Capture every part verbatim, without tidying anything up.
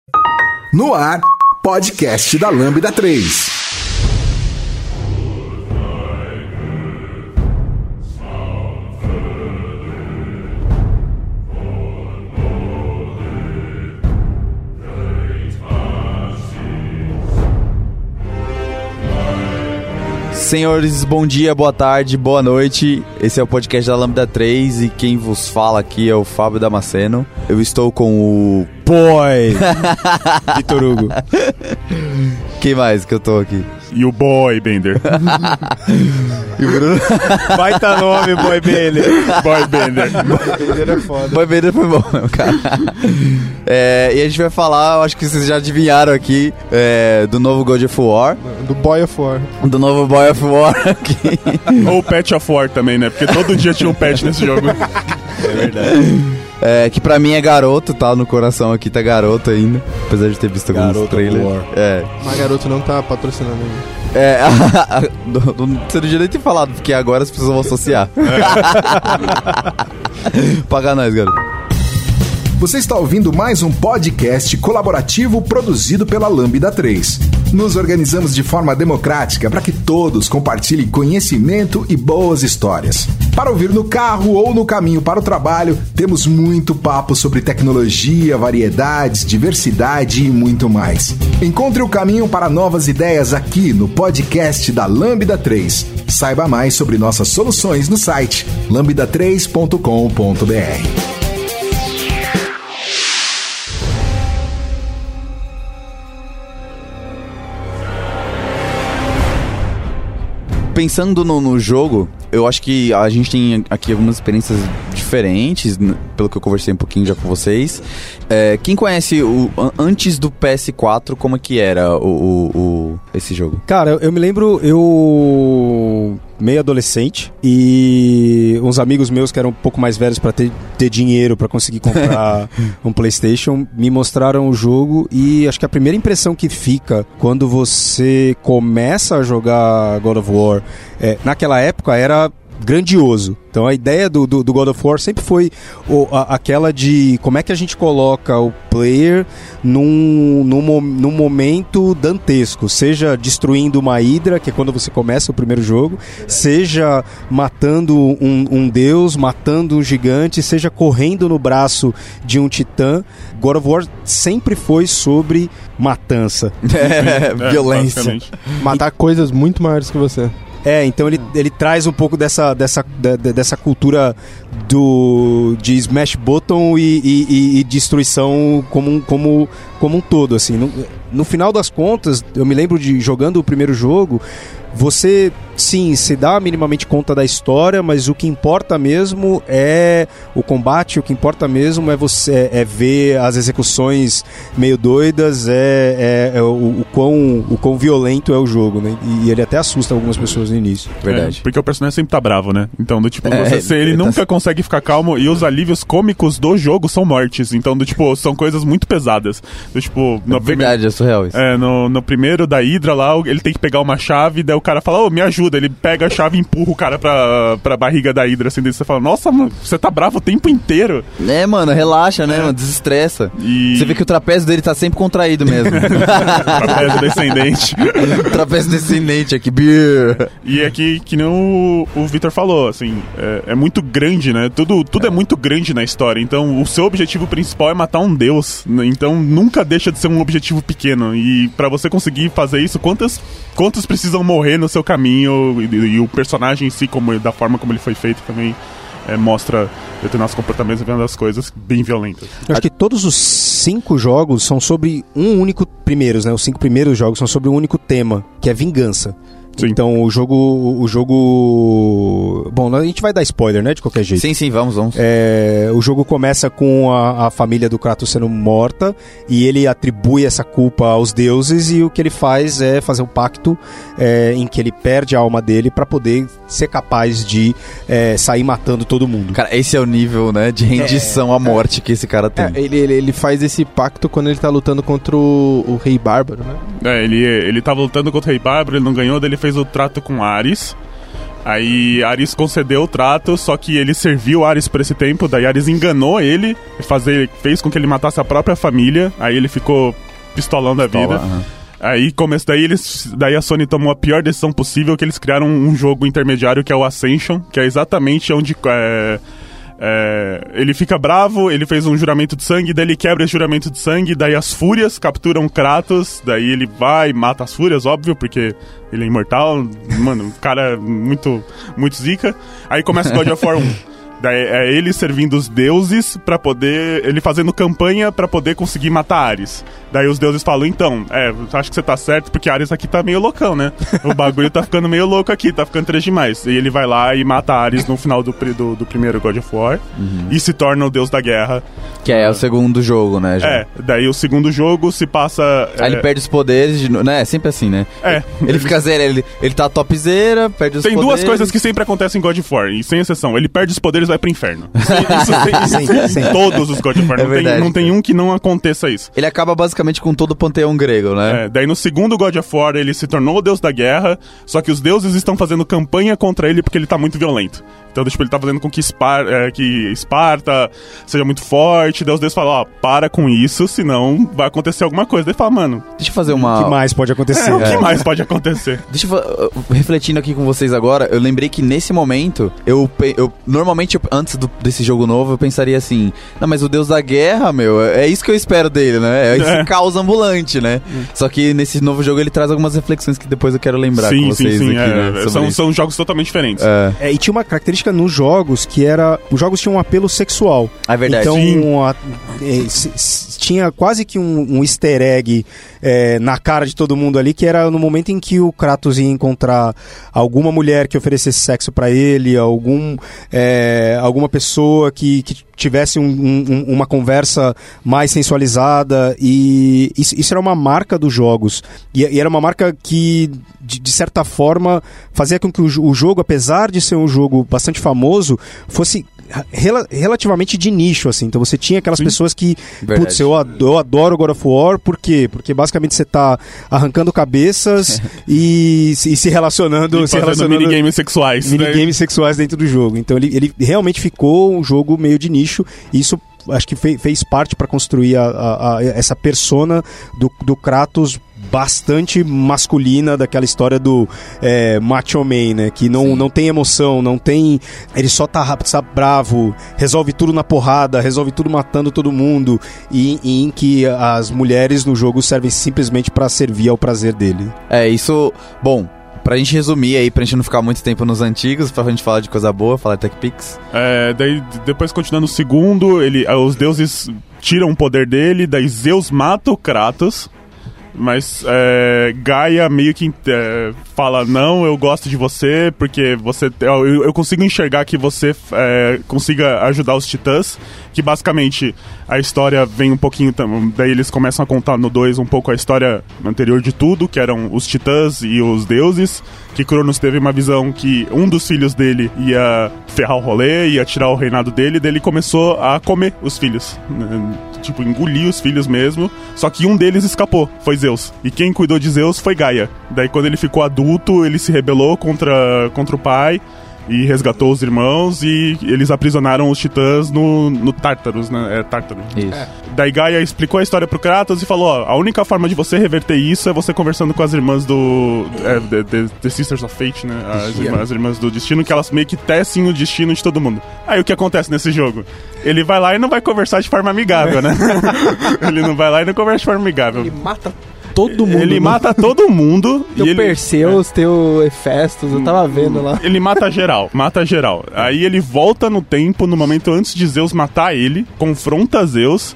No ar, podcast da Lambda três. Senhores, bom dia, boa tarde, boa noite. Esse é o podcast da Lambda três e quem vos fala aqui é o Fábio Damasceno. Eu estou com o... Boy! Vitor Hugo. Quem mais que eu tô aqui? E o Boy Bender. E o Bruno? Baita nome, Boy Bender. Boy Bender. Boy Bender é foda. Boy Bender foi bom, cara. É, e a gente vai falar, eu acho que vocês já adivinharam aqui, é, do novo God of War. Do Boy of War. Do novo Boy of War aqui. Ou Patch of War também, né? Porque todo dia tinha um patch nesse jogo. É verdade. É, que pra mim é garoto, tá? No coração aqui tá garoto ainda. Apesar de ter visto alguns Garoto trailers. War. É. Mas garoto não tá patrocinando ainda. É, você não devia ter falado, porque agora as pessoas vão associar. É. Paga nós, garoto. Você está ouvindo mais um podcast colaborativo produzido pela Lambda três. Nos organizamos de forma democrática para que todos compartilhem conhecimento e boas histórias. Para ouvir no carro ou no caminho para o trabalho, temos muito papo sobre tecnologia, variedades, diversidade e muito mais. Encontre o caminho para novas ideias aqui no podcast da Lambda três. Saiba mais sobre nossas soluções no site lambda três ponto com ponto b r. Pensando no, no jogo, eu acho que a gente tem aqui algumas experiências diferentes, pelo que eu conversei um pouquinho já com vocês. É, quem conhece o, antes do P S quatro, como é que era o, o, o, esse jogo? Cara, eu, eu me lembro, eu... meio adolescente, e uns amigos meus que eram um pouco mais velhos pra ter, ter dinheiro pra conseguir comprar um PlayStation me mostraram o jogo, e acho que a primeira impressão que fica quando você começa a jogar God of War, é, naquela época era grandioso. Então a ideia do, do, do God of War sempre foi o, a, aquela de como é que a gente coloca o player num, num, num momento dantesco, seja destruindo uma hidra, que é quando você começa o primeiro jogo, seja matando um, um deus, matando um gigante, seja correndo no braço de um titã. God of War sempre foi sobre matança. É, violência. Matar coisas muito maiores que você. É, então ele, ele traz um pouco dessa, dessa, de, dessa cultura do, de smash button e, e, e destruição como, como, como um todo, assim. No, no final das contas, eu me lembro de jogando o primeiro jogo, você, sim, se dá minimamente conta da história, mas o que importa mesmo é o combate, o que importa mesmo é você é, é ver as execuções meio doidas, é, é, é o, o, quão, o quão violento é o jogo, né? E, e ele até assusta algumas pessoas no início. Verdade. É, porque o personagem sempre tá bravo, né? Então, do tipo, É, você, ele ele nunca tá... consegue ficar calmo, e os alívios cômicos do jogo são mortes. Então, do tipo, são coisas muito pesadas. Do tipo, no É verdade, prime... é surreal isso. É, no, no primeiro da Hydra lá, ele tem que pegar uma chave, daí o cara fala, ô, oh, me ajuda. Ele pega a chave e empurra o cara pra, pra barriga da Hydra, assim, daí você fala, nossa, mano, você tá bravo o tempo inteiro. É, mano, relaxa, né, mano, desestressa. E... Você vê que o trapézio dele tá sempre contraído mesmo. Trapézio descendente. Trapézio descendente aqui, beer. E aqui, que nem o, o Vitor falou, assim, é, é muito grande, né? Tudo, tudo é. é muito grande na história. Então, o seu objetivo principal é matar um deus. Então, nunca deixa de ser um objetivo pequeno. E pra você conseguir fazer isso, quantas, quantos precisam morrer no seu caminho? E, e o personagem em si, como, da forma como ele foi feito também, é, mostra determinados comportamentos e vendo as coisas bem violentas. Eu acho que todos os cinco jogos são sobre um único... Primeiros, né? Os cinco primeiros jogos são sobre um único tema, que é vingança. Sim. Então o jogo, o jogo... Bom, a gente vai dar spoiler, né? De qualquer jeito. Sim, sim, vamos, vamos. É, o jogo começa com a, a família do Kratos sendo morta e ele atribui essa culpa aos deuses, e o que ele faz é fazer um pacto é, em que ele perde a alma dele pra poder ser capaz de é, sair matando todo mundo. Cara, esse é o nível, né, de rendição à morte que esse cara tem. É, ele, ele, ele faz esse pacto quando ele tá lutando contra o, o Rei Bárbaro, né? É, ele, ele tava lutando contra o Rei Bárbaro, ele não ganhou, daí ele fez o trato com Ares Aí Ares concedeu o trato, só que ele serviu Ares por esse tempo, daí Ares enganou ele, fazer, fez com que ele matasse a própria família, aí ele ficou pistolão da vida. Uhum. Aí, come... daí, eles... daí a Sony tomou a pior decisão possível, que eles criaram um jogo intermediário que é o Ascension, que é exatamente onde... É... É, ele fica bravo, ele fez um juramento de sangue, daí ele quebra esse juramento de sangue, daí as fúrias capturam Kratos, daí ele vai e mata as fúrias, óbvio, porque ele é imortal, mano, o cara é muito, muito zica. Aí começa o God of War um. Daí é ele servindo os deuses pra poder... Ele fazendo campanha pra poder conseguir matar Ares. Daí os deuses falam, então, é, acho que você tá certo, porque Ares aqui tá meio loucão, né? O bagulho tá ficando meio louco aqui, tá ficando três demais. E ele vai lá e mata Ares no final do, do, do primeiro God of War. Uhum. E se torna o deus da guerra. Que é o segundo jogo, né? Já. É, daí o segundo jogo se passa... Aí é... ele perde os poderes, de... né? É sempre assim, né? É. Ele, ele fica zero, ele, ele tá topzera, perde os Tem poderes... Tem duas coisas que sempre acontecem em God of War, e sem exceção. Ele perde os poderes e vai pro inferno. Isso tem, isso tem, tem todos os God of War. É não, verdade, tem, não tem um que não aconteça isso. Ele acaba basicamente com todo o panteão grego, né? É, daí no segundo God of War ele se tornou o deus da guerra, só que os deuses estão fazendo campanha contra ele porque ele tá muito violento. Então, tipo, ele tá fazendo com que, Espar é, que Esparta seja muito forte. Daí os deuses falam, ó, para com isso, senão vai acontecer alguma coisa. Daí ele fala, mano... Deixa eu fazer uma... O que mais pode acontecer? É, o que é. mais pode acontecer? Deixa eu... Refletindo aqui com vocês agora, eu lembrei que nesse momento, eu... eu normalmente, eu, antes do, desse jogo novo, eu pensaria assim, não, mas o deus da guerra, meu, é isso que eu espero dele, né? É esse é. caos ambulante, né? Hum. Só que nesse novo jogo ele traz algumas reflexões que depois eu quero lembrar sim, com vocês sim, sim, aqui, é, né? São, são jogos totalmente diferentes. É. É, e tinha uma característica nos jogos que era... Os jogos tinham um apelo sexual. É verdade. Então, a, é, se, se, tinha quase que um, um easter egg é, na cara de todo mundo ali, que era no momento em que o Kratos ia encontrar alguma mulher que oferecesse sexo pra ele, algum, é, alguma pessoa que, que tivesse um, um, uma conversa mais sensualizada, e isso, isso era uma marca dos jogos. E, e era uma marca que, de, de certa forma, fazia com que o, o jogo, apesar de ser um jogo bastante famoso, fosse rel relativamente de nicho, assim. Então você tinha aquelas Sim. pessoas que, Verdade. putz, eu adoro, eu adoro God of War, por quê? Porque basicamente você tá arrancando cabeças e, e se relacionando... E se relacionando minigames sexuais. Minigames né? sexuais dentro do jogo. Então ele, ele realmente ficou um jogo meio de nicho, e isso acho que fez, fez parte para construir a, a, a, essa persona do, do Kratos bastante masculina, daquela história do é, macho man, né? Que não, não tem emoção, não tem... Ele só tá rápido, tá bravo, resolve tudo na porrada, resolve tudo matando todo mundo, e, e em que as mulheres no jogo servem simplesmente para servir ao prazer dele. É, isso... Bom... Pra gente resumir aí, pra gente não ficar muito tempo nos antigos, pra gente falar de coisa boa, falar de TechPix. É, daí depois continuando o segundo, ele, os deuses tiram o poder dele, daí Zeus mata o Kratos, mas é, Gaia meio que é, fala, não, eu gosto de você, porque você eu, eu consigo enxergar que você é, consiga ajudar os titãs, que basicamente a história vem um pouquinho, daí eles começam a contar no dois um pouco a história anterior de tudo, que eram os titãs e os deuses, que Cronos teve uma visão que um dos filhos dele ia ferrar o rolê, ia tirar o reinado dele, daí ele começou a comer os filhos, tipo, engolir os filhos mesmo, só que um deles escapou, foi Zeus, e quem cuidou de Zeus foi Gaia. Daí quando ele ficou adulto, ele se rebelou contra, contra o pai, e resgatou os irmãos, e eles aprisionaram os titãs no, no Tártaros, né? É Tártaro. Isso. É. Daí Gaia explicou a história pro Kratos e falou, ó, a única forma de você reverter isso é você conversando com as irmãs do... É, the, the, the Sisters of Fate, né? As irmãs, as irmãs do destino, que elas meio que tecem o destino de todo mundo. Aí o que acontece nesse jogo? Ele vai lá e não vai conversar de forma amigável, né? Ele não vai lá e não conversa de forma amigável. Ele mata todo mundo. Ele mata todo mundo. Teu e ele, Perseus, é. teu Hefestos, eu tava vendo lá. Ele mata geral, mata geral. Aí ele volta no tempo, no momento antes de Zeus matar ele, confronta Zeus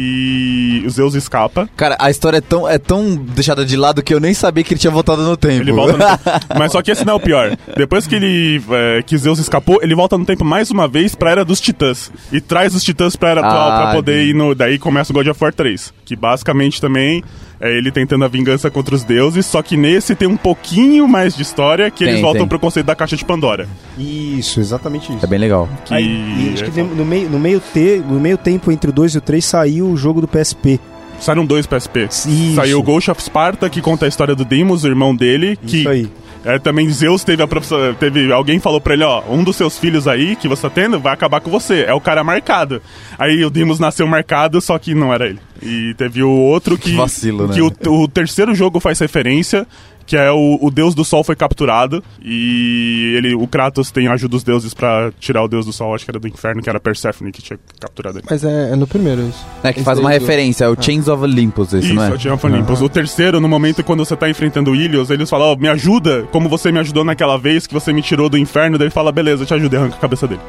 e o Zeus escapa. Cara, a história é tão, é tão deixada de lado que eu nem sabia que ele tinha voltado no tempo. Ele volta no tempo. Mas só que esse não é o pior. Depois que ele é, que Zeus escapou, ele volta no tempo mais uma vez pra Era dos Titãs. E traz os Titãs pra Era atual ah, pra poder ir no... Daí começa o God of War três. Que basicamente também é ele tentando a vingança contra os deuses, só que nesse tem um pouquinho mais de história, que tem, eles voltam tem. pro conceito da caixa de Pandora. Isso, exatamente isso. É bem legal. Que... Aí, e acho que no meio, no, meio te, no meio tempo entre o dois e o três saiu o jogo do P S P. Saíram dois P S P. Isso. Saiu o Ghost of Sparta, que conta a história do Deimos, o irmão dele, que... Isso aí. É, também Zeus teve a professora, teve alguém falou pra ele, ó, um dos seus filhos aí que você tá tendo vai acabar com você. É o cara marcado. Aí o Deimos nasceu marcado, só que não era ele. E teve o outro que... Vacilo, né? Que o, o terceiro jogo faz referência, que é o, o Deus do Sol foi capturado e ele, o Kratos tem ajuda dos deuses pra tirar o Deus do Sol, acho que era do inferno, que era Persephone que tinha capturado ele. Mas é, é no primeiro isso. É, que Esse faz uma daí do- referência, é o Chains of Olympus, esse, Isso, não é? o Chains of Olympus. O terceiro, no momento quando você tá enfrentando o Ilios, eles falam, ó, me ajuda, como você me ajudou naquela vez que você me tirou do inferno, daí ele fala, beleza, eu te ajudo, e arranca a cabeça dele.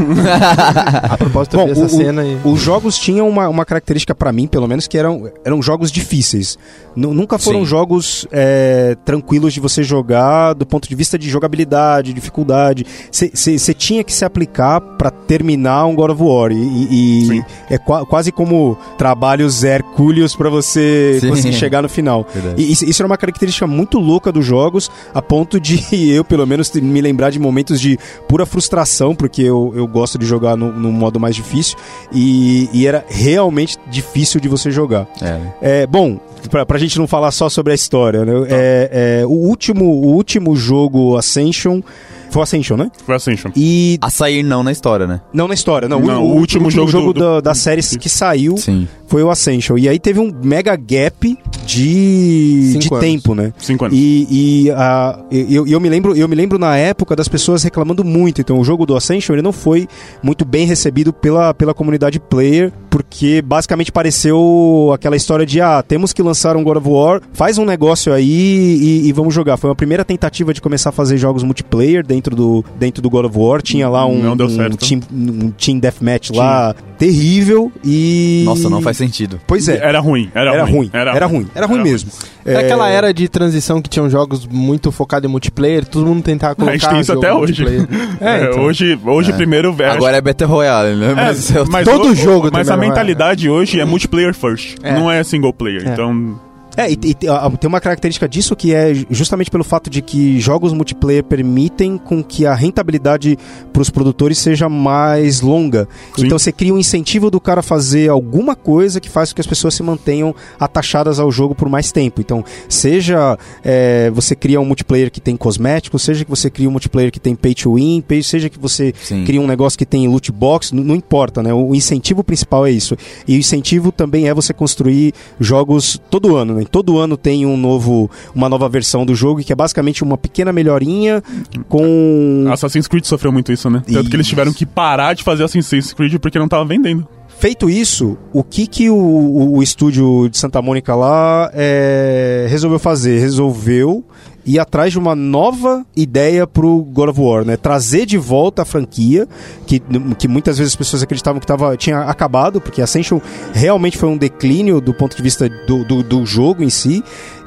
A propósito, eu Bom, vi essa o- o- cena e... Os jogos tinham uma, uma característica pra mim, pelo menos, que eram, eram jogos difíceis. Nu- nunca foram Sim. jogos é, tranquilos de você jogar do ponto de vista de jogabilidade, dificuldade. Você tinha que se aplicar pra terminar um God of War. E, e- Sim. é qua- quase como trabalhos hercúleos pra você Sim. conseguir chegar no final. Verdade. E isso, isso era uma característica muito louca dos jogos, a ponto de eu, pelo menos, me lembrar de momentos de pura frustração, porque eu, eu gosto de jogar no, no modo mais difícil, e, e era realmente difícil de você jogar. É. É, bom, pra, pra gente não falar só sobre a história, né? É, é, o, último, o último jogo Ascension foi o Ascension, né? Foi Ascension. E A sair não na história, né? não na história, não. Não, o, o último jogo do- da, do- da série que saiu Sim. foi o Ascension. E aí teve um mega gap de, Cinco de anos. tempo, né? Cinco anos. E, e ah, eu, eu, me lembro, eu me lembro na época das pessoas reclamando muito. Então o jogo do Ascension ele não foi muito bem recebido pela, pela comunidade player, porque basicamente pareceu aquela história de ah, temos que lançar um God of War, faz um negócio aí e, e vamos jogar. Foi uma primeira tentativa de começar a fazer jogos multiplayer dentro do, dentro do God of War. Tinha lá um, Não deu um, certo. team, um team deathmatch lá terrível e... Nossa, não faz sentido. Pois é. Era ruim, era, Era ruim, ruim. era ruim, era ruim mesmo. É aquela era de transição que tinham jogos muito focados em multiplayer, todo mundo tentava colocar A gente tem isso jogo até hoje. multiplayer. É, É, então. hoje, hoje primeiro... é, Agora é Battle Royale, né? É, Mas, eu- mas todo o- jogo Mas tem a Battle mentalidade hoje é multiplayer first, É. não é single player. É. Então, É, e, e ah, tem uma característica disso que é justamente pelo fato de que jogos multiplayer permitem com que a rentabilidade para os produtores seja mais longa. Sim. Então você cria um incentivo do cara fazer alguma coisa que faz com que as pessoas se mantenham atachadas ao jogo por mais tempo. Então, seja é, você cria um multiplayer que tem cosméticos, seja que você cria um multiplayer que tem pay to win, pay- seja que você Sim. cria um negócio que tem loot box, n- não importa, né? O incentivo principal é isso. E o incentivo também é você construir jogos todo ano, né? Todo ano tem um novo, uma nova versão do jogo, que é basicamente uma pequena melhorinha com... Assassin's Creed sofreu muito isso, né? Tanto que eles Isso. tiveram que parar de fazer Assassin's Creed porque não tava vendendo. Feito isso, o que, que o, o, o estúdio de Santa Mônica lá é, resolveu fazer? Resolveu ir atrás de uma nova ideia pro God of War, né? Trazer de volta a franquia, que, que muitas vezes as pessoas acreditavam que tava, tinha acabado, porque Ascension realmente foi um declínio do ponto de vista do, do, do jogo em si,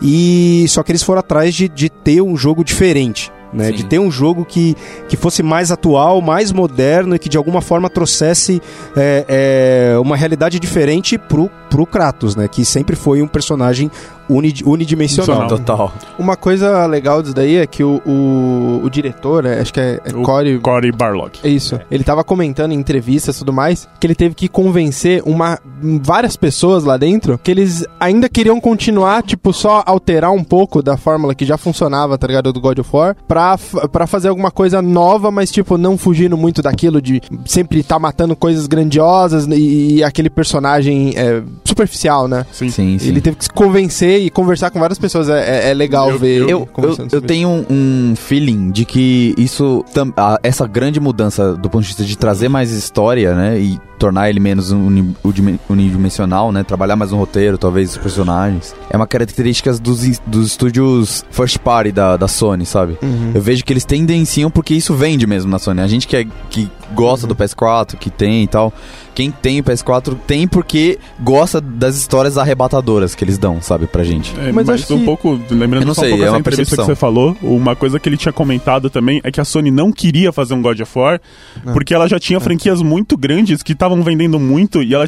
e só que eles foram atrás de, de ter um jogo diferente. Né, Sim. de ter um jogo que, que fosse mais atual, mais moderno e que de alguma forma trouxesse é, é, uma realidade diferente pro, pro Kratos, né, que sempre foi um personagem uni, unidimensional. Total. Uma coisa legal disso daí é que o, o, o diretor, é, acho que é, é O Cory... Cory Barlog. É isso. Ele tava comentando em entrevistas e tudo mais que ele teve que convencer uma, várias pessoas lá dentro que eles ainda queriam continuar, tipo, só alterar um pouco da fórmula que já funcionava, tá ligado, do God of War, pra, f- pra fazer alguma coisa nova, mas, tipo, não fugindo muito daquilo de sempre tá matando coisas grandiosas e, e aquele personagem é, superficial, né? Sim. Sim, sim. Ele teve que se convencer e conversar com várias pessoas. É, é- é legal Eu- ver eu- ele Eu, eu, conversando eu sobre tenho um, um feeling de que isso, tam- a- essa grande mudança do ponto de vista de trazer mais história, né, e tornar ele menos uni- udime- unidimensional, né, trabalhar mais no roteiro, talvez os personagens, é uma característica dos, in- dos estúdios first party da, da Sony, sabe? Uhum. Eu vejo que eles tendenciam porque isso vende mesmo na Sony. A gente que, é, que gosta do P S quatro, que tem e tal, quem tem o P S quatro tem porque gosta das histórias arrebatadoras que eles dão, sabe, pra gente. É, Mas mas acho um que- pouco, lembrando Eu não só sei, um pouco é essa uma entrevista percepção. que você falou, uma coisa que ele tinha comentado também é que a Sony não queria fazer um God of War, porque ela já tinha franquias muito grandes que estavam vendendo muito e ela tinha muito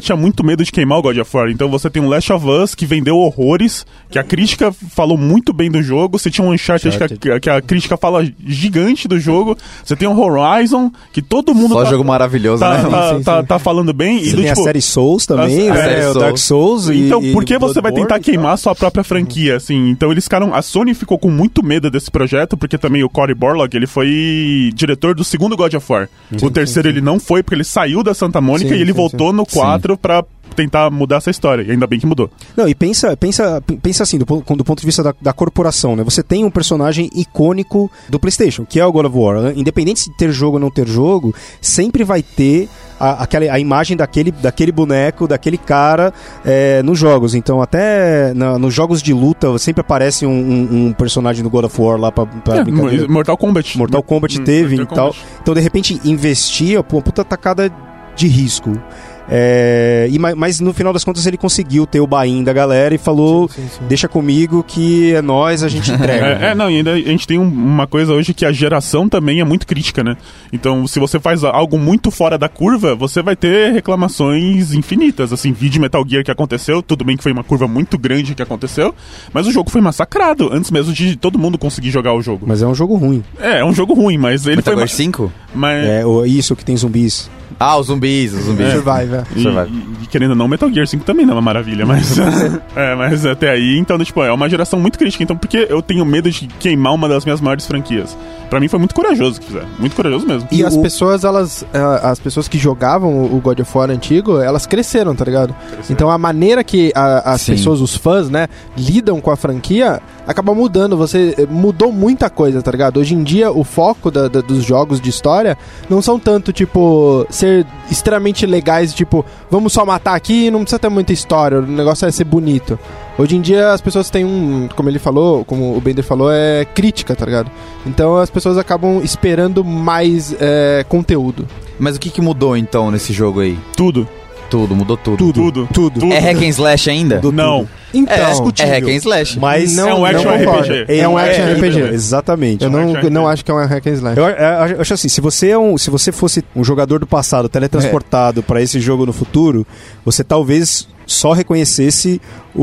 medo de queimar o God of War. Então você tem um Last of Us que vendeu horrores, que a crítica falou muito bem do jogo. Você tinha um Uncharted, Uncharted. Que, a, que a crítica fala gigante do jogo. Você tem um Horizon, que todo mundo... Só tá, jogo maravilhoso, tá, né? Tá, sim, sim, tá, sim. tá falando bem. Você e do, tem tipo, a série Souls também, a, né? série o Souls. Dark Souls e, Então, por e que você vai tentar Bloodborne, queimar sua própria franquia, assim? Então, eles ficaram... A Sony ficou com muito medo desse projeto, porque também o Cory Barlog, ele foi diretor do segundo God of War. Sim, o terceiro sim, sim. ele não foi, porque ele saiu da Santa Mônica sim, e ele sim, voltou sim. no quatro pra tentar mudar essa história. E ainda bem que mudou. Não, e pensa, pensa, pensa assim, do, do ponto de vista da, da corporação, né? Você tem um personagem icônico do PlayStation, que é o God of War. Independente de ter jogo ou não ter jogo, sempre vai ter a, aquela, a imagem daquele, daquele boneco, daquele cara é, nos jogos. Então, até na, nos jogos de luta, sempre aparece um, um, um personagem do God of War lá pra, pra é, brincadeira. Mortal Kombat. Mortal Kombat hum, teve Mortal e tal. Kombat. Então, de repente, investir, pô, uma puta tacada de risco. É, e, mas no final das contas ele conseguiu ter o buy-in da galera e falou, sim, sim, sim. deixa comigo que é nós, a gente entrega. é, é, não, e ainda a gente tem um, uma coisa hoje que a geração também é muito crítica, né? Então, se você faz algo muito fora da curva, você vai ter reclamações infinitas, assim, vídeo Metal Gear que aconteceu, tudo bem que foi uma curva muito grande que aconteceu, mas o jogo foi massacrado, antes mesmo de todo mundo conseguir jogar o jogo. Mas é um jogo ruim. É, é um jogo ruim, mas ele Metal foi... Gear cinco? Mas... É, o, isso que tem zumbis. Ah, os zumbis, os zumbis. É. Survive, e, e, e querendo ou não, Metal Gear cinco também não é uma maravilha, mas... é, mas até aí, então, tipo, é uma geração muito crítica. Então, por que eu tenho medo de queimar uma das minhas maiores franquias? Pra mim foi muito corajoso que fizeram. Muito corajoso mesmo. E, e as o... pessoas, elas... As pessoas que jogavam o God of War antigo, elas cresceram, tá ligado? Cresceram. Então, a maneira que a, as Sim. pessoas, os fãs, né, lidam com a franquia, acaba mudando. Você mudou muita coisa, tá ligado? Hoje em dia, o foco da, da, dos jogos de história não são tanto, tipo, ser extremamente legais, tipo, vamos só matar aqui e não precisa ter muita história, o negócio é ser bonito. Hoje em dia as pessoas têm um, como ele falou, como o Bender falou, é crítica, tá ligado? Então as pessoas acabam esperando mais é, conteúdo. Mas o que, que mudou então nesse jogo aí? Tudo. Tudo, mudou tudo. Tudo, tudo. tudo. tudo. É hack and slash ainda? Tudo. Não. Então, é, é hack and slash. Mas não, é um action não R P G. É um action é, R P G. Exatamente. Eu não, action não R P G. acho que é um hack and slash. Eu, eu, eu acho assim, se você, é um, se você fosse um jogador do passado teletransportado é. pra esse jogo no futuro, você talvez só reconhecesse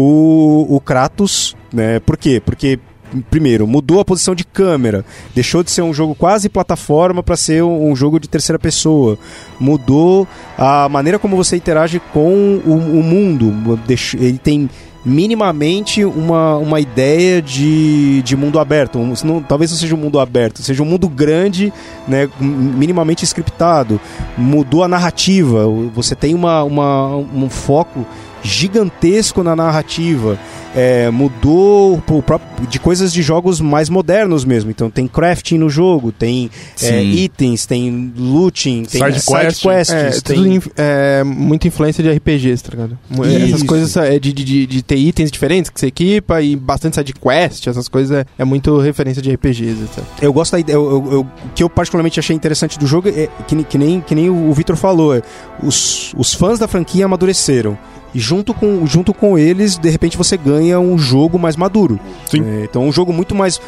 o, o Kratos, né? Por quê? Porque primeiro, mudou a posição de câmera, deixou de ser um jogo quase plataforma para ser um, um jogo de terceira pessoa, mudou a maneira como você interage com o, o mundo, ele tem minimamente uma, uma ideia de, de mundo aberto, um, não, talvez não seja um mundo aberto, seja um mundo grande, né, minimamente scriptado, mudou a narrativa, você tem uma, uma, um foco gigantesco na narrativa. É, mudou pro próprio, de coisas de jogos mais modernos mesmo. Então tem crafting no jogo, tem é, itens, tem looting, tem side, side quest. quests. É, tem... tudo in, é, muita influência de R P Gs, tá ligado? Isso. Essas coisas é, de, de, de ter itens diferentes que você equipa e bastante side quest, essas coisas é, é muito referência de R P Gs, etcétera. Eu gosto da ideia, eu, eu, eu, o que eu particularmente achei interessante do jogo é que, que nem, que nem o Victor falou, é, os, os fãs da franquia amadureceram. E junto com, junto com eles, de repente você ganha um jogo mais maduro. Sim. É, então um jogo muito mais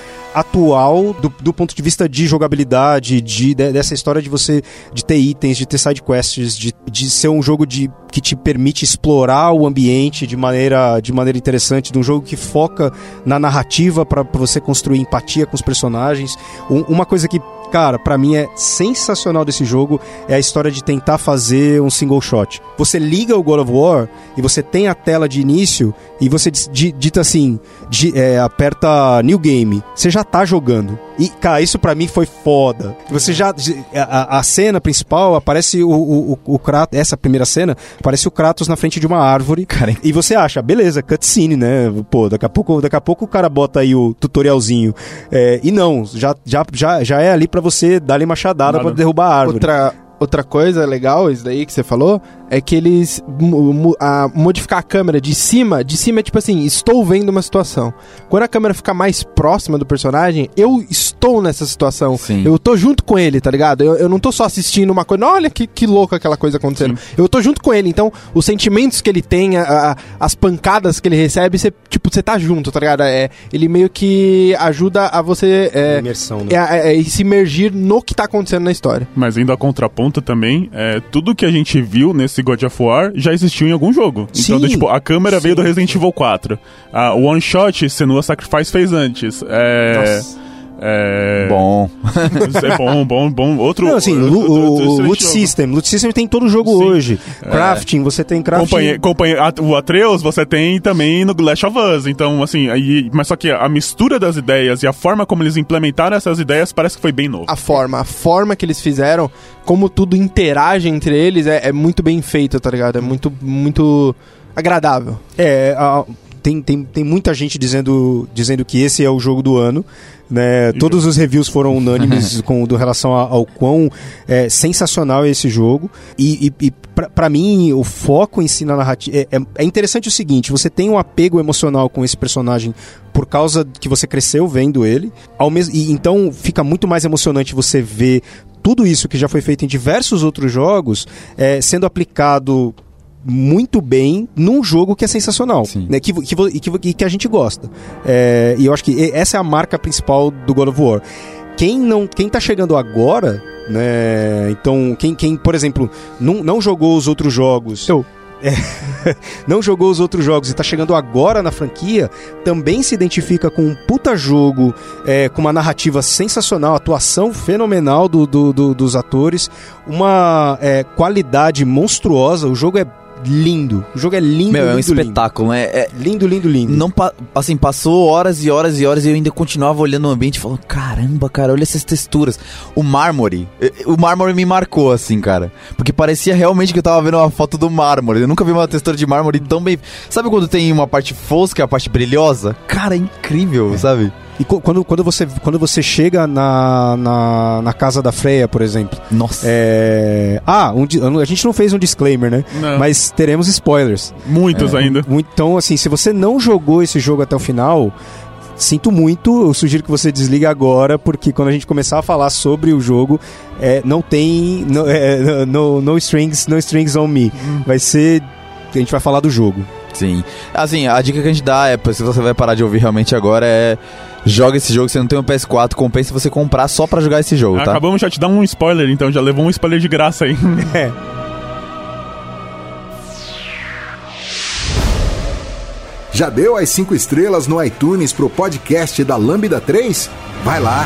atual do, do ponto de vista de jogabilidade, de, de, dessa história de você de ter itens, de ter side quests, de, de ser um jogo de, que te permite explorar o ambiente de maneira, de maneira interessante, de um jogo que foca na narrativa para você construir empatia com os personagens. Um, uma coisa que, cara, pra mim é sensacional desse jogo é a história de tentar fazer um single shot. Você liga o God of War e você tem a tela de início e você dita assim, de, é, aperta New Game. Você já tá jogando. E, cara, isso pra mim foi foda. Você já... A, a cena principal, aparece o, o, o Kratos... Essa primeira cena, aparece o Kratos na frente de uma árvore. Cara, e você acha, beleza, cutscene, né? Pô, daqui a pouco, daqui a pouco o cara bota aí o tutorialzinho. É, e não, já, já, já, já é ali pra você dar-lhe machadada pra derrubar a árvore. Outra... Outra coisa legal, isso daí que você falou, é que eles mo- a, modificar a câmera de cima, de cima é tipo assim, estou vendo uma situação. Quando a câmera fica mais próxima do personagem, eu estou nessa situação. Sim. Eu tô junto com ele, tá ligado? Eu, eu não tô só assistindo uma coisa, olha que, que louco aquela coisa acontecendo. Sim. Eu tô junto com ele, então os sentimentos que ele tem, a, a, as pancadas que ele recebe, você, tipo, você tá junto, tá ligado? É, ele meio que ajuda a você é, imersão, né? é, é, é, se imergir no que tá acontecendo na história. Mas indo a contraponto também, é, tudo que a gente viu nesse esse God of War já existiu em algum jogo. Sim. Então, do, tipo, a câmera Sim. veio do Resident Evil quatro. A One Shot, Senua Sacrifice fez antes. É... Nossa. É... Bom. É bom, bom, bom. Outro... Não, assim, outro, o, outro, outro o excelente Loot jogo. System. Loot System tem todo jogo Sim. hoje. Crafting, você tem crafting. Companhia, companhia, a- o Atreus você tem também no Last of Us. Então, assim, aí, mas só que a mistura das ideias e a forma como eles implementaram essas ideias parece que foi bem novo. A forma, a forma que eles fizeram, como tudo interage entre eles, é, é muito bem feito, tá ligado? É muito, muito agradável. É, a- tem, tem, tem muita gente dizendo, dizendo que esse é o jogo do ano. Né? Todos os reviews foram unânimes com do relação a- ao quão é, sensacional é esse jogo. E, e, e pra, pra mim, o foco em si na narrativa. É, é, é interessante o seguinte: você tem um apego emocional com esse personagem por causa que você cresceu vendo ele. Ao mesmo, e então fica muito mais emocionante você ver tudo isso que já foi feito em diversos outros jogos é, sendo aplicado muito bem num jogo que é sensacional, Sim. né? que, que, vo- que, que, que a gente gosta. É, e eu acho que e- essa é a marca principal do God of War. Quem não, quem tá chegando agora, né? Então, quem, quem por exemplo, não, não jogou os outros jogos. Eu. É, não jogou os outros jogos e tá chegando agora na franquia, também se identifica com um puta jogo, é, com uma narrativa sensacional, atuação fenomenal do, do- do- dos atores, uma é, qualidade monstruosa. O jogo é lindo. O jogo é lindo, Meu, é um lindo, lindo. espetáculo, né? É, Lindo, lindo, lindo. não pa- assim, passou horas e horas e horas e eu ainda continuava olhando o ambiente e falando, caramba, cara, olha essas texturas. O mármore, eh, o mármore me marcou, assim, cara. Porque parecia realmente que eu tava vendo uma foto do mármore. Eu nunca vi uma textura de mármore tão bem... Sabe quando tem uma parte fosca e a parte brilhosa? Cara, é incrível, sabe? E co- quando, quando, você, quando você chega na, na, na casa da Freya, por exemplo... Nossa. É... Ah, um di- a gente não fez um disclaimer, né? Não. Mas teremos spoilers. Muitos ainda. Muito- Então, assim, se você não jogou esse jogo até o final, sinto muito, eu sugiro que você desligue agora, porque quando a gente começar a falar sobre o jogo, é, não tem... No, é, no, no strings, no strings on me. Vai ser... A gente vai falar do jogo. Sim. Assim, a dica que a gente dá é, se você vai parar de ouvir realmente agora, é... Joga esse jogo, se você não tem um P S quatro, compensa você comprar só pra jogar esse jogo, tá? Acabamos já te dar um spoiler, então já levou um spoiler de graça aí. É. Já deu as cinco estrelas no iTunes pro podcast da Lambda três? Vai lá!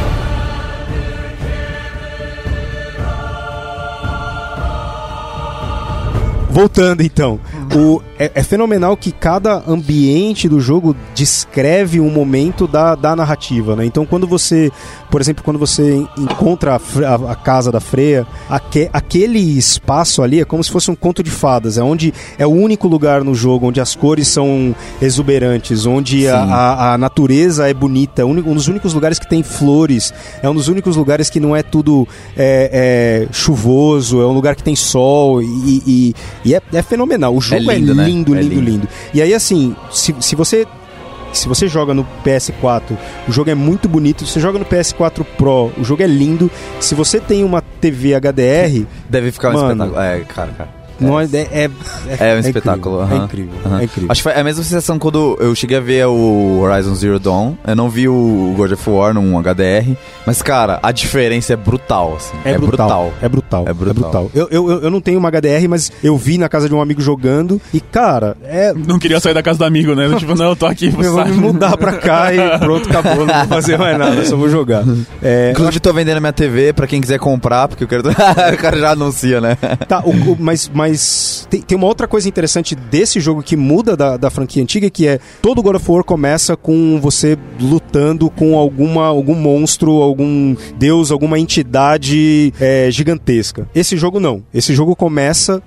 Voltando então, o, é, é fenomenal que cada ambiente do jogo descreve um momento da, da narrativa, né? Então quando você, por exemplo, quando você encontra a, Fre- a- a casa da Freya, aque, aquele espaço ali é como se fosse um conto de fadas, é onde é o único lugar no jogo onde as cores são exuberantes, onde a, Sim. a, a natureza é bonita, é um um dos únicos lugares que tem flores, é um dos únicos lugares que não é tudo é, é, chuvoso, é um lugar que tem sol e, e, e é, é fenomenal. O jogo é lindo, lindo, né? lindo, É lindo, lindo. E aí, assim, se, se você... Se você joga no P S quatro, o jogo é muito bonito. Se você joga no P S quatro Pro, o jogo é lindo. Se você tem uma T V H D R, Deve ficar um Mano. espetáculo. É, cara, cara. não é, é, é, É um espetáculo. incrível, aham. É incrível. Aham. É incrível. Acho que foi a mesma sensação quando eu cheguei a ver o Horizon Zero Dawn. Eu não vi o God of War num H D R. Mas, cara, a diferença é brutal, assim. É, brutal, É brutal. É brutal. Eu, eu, eu- eu não tenho uma H D R, mas eu vi na casa de um amigo jogando. E, cara, é. Não queria sair da casa do amigo, né? Tipo, não, eu tô aqui, você Eu vou me sabe. mudar pra cá e pronto, acabou. Não vou fazer mais nada, só vou jogar. É, Inclusive, tô vendendo a minha T V pra quem quiser comprar, porque eu quero. O cara já anuncia, né? Tá, o- o- mas, mas tem, tem uma outra coisa interessante desse jogo que muda da, da franquia antiga, que é todo God of War começa com você lutando com alguma, algum monstro, algum deus, alguma entidade é, gigantesca. Esse jogo não. Esse jogo começa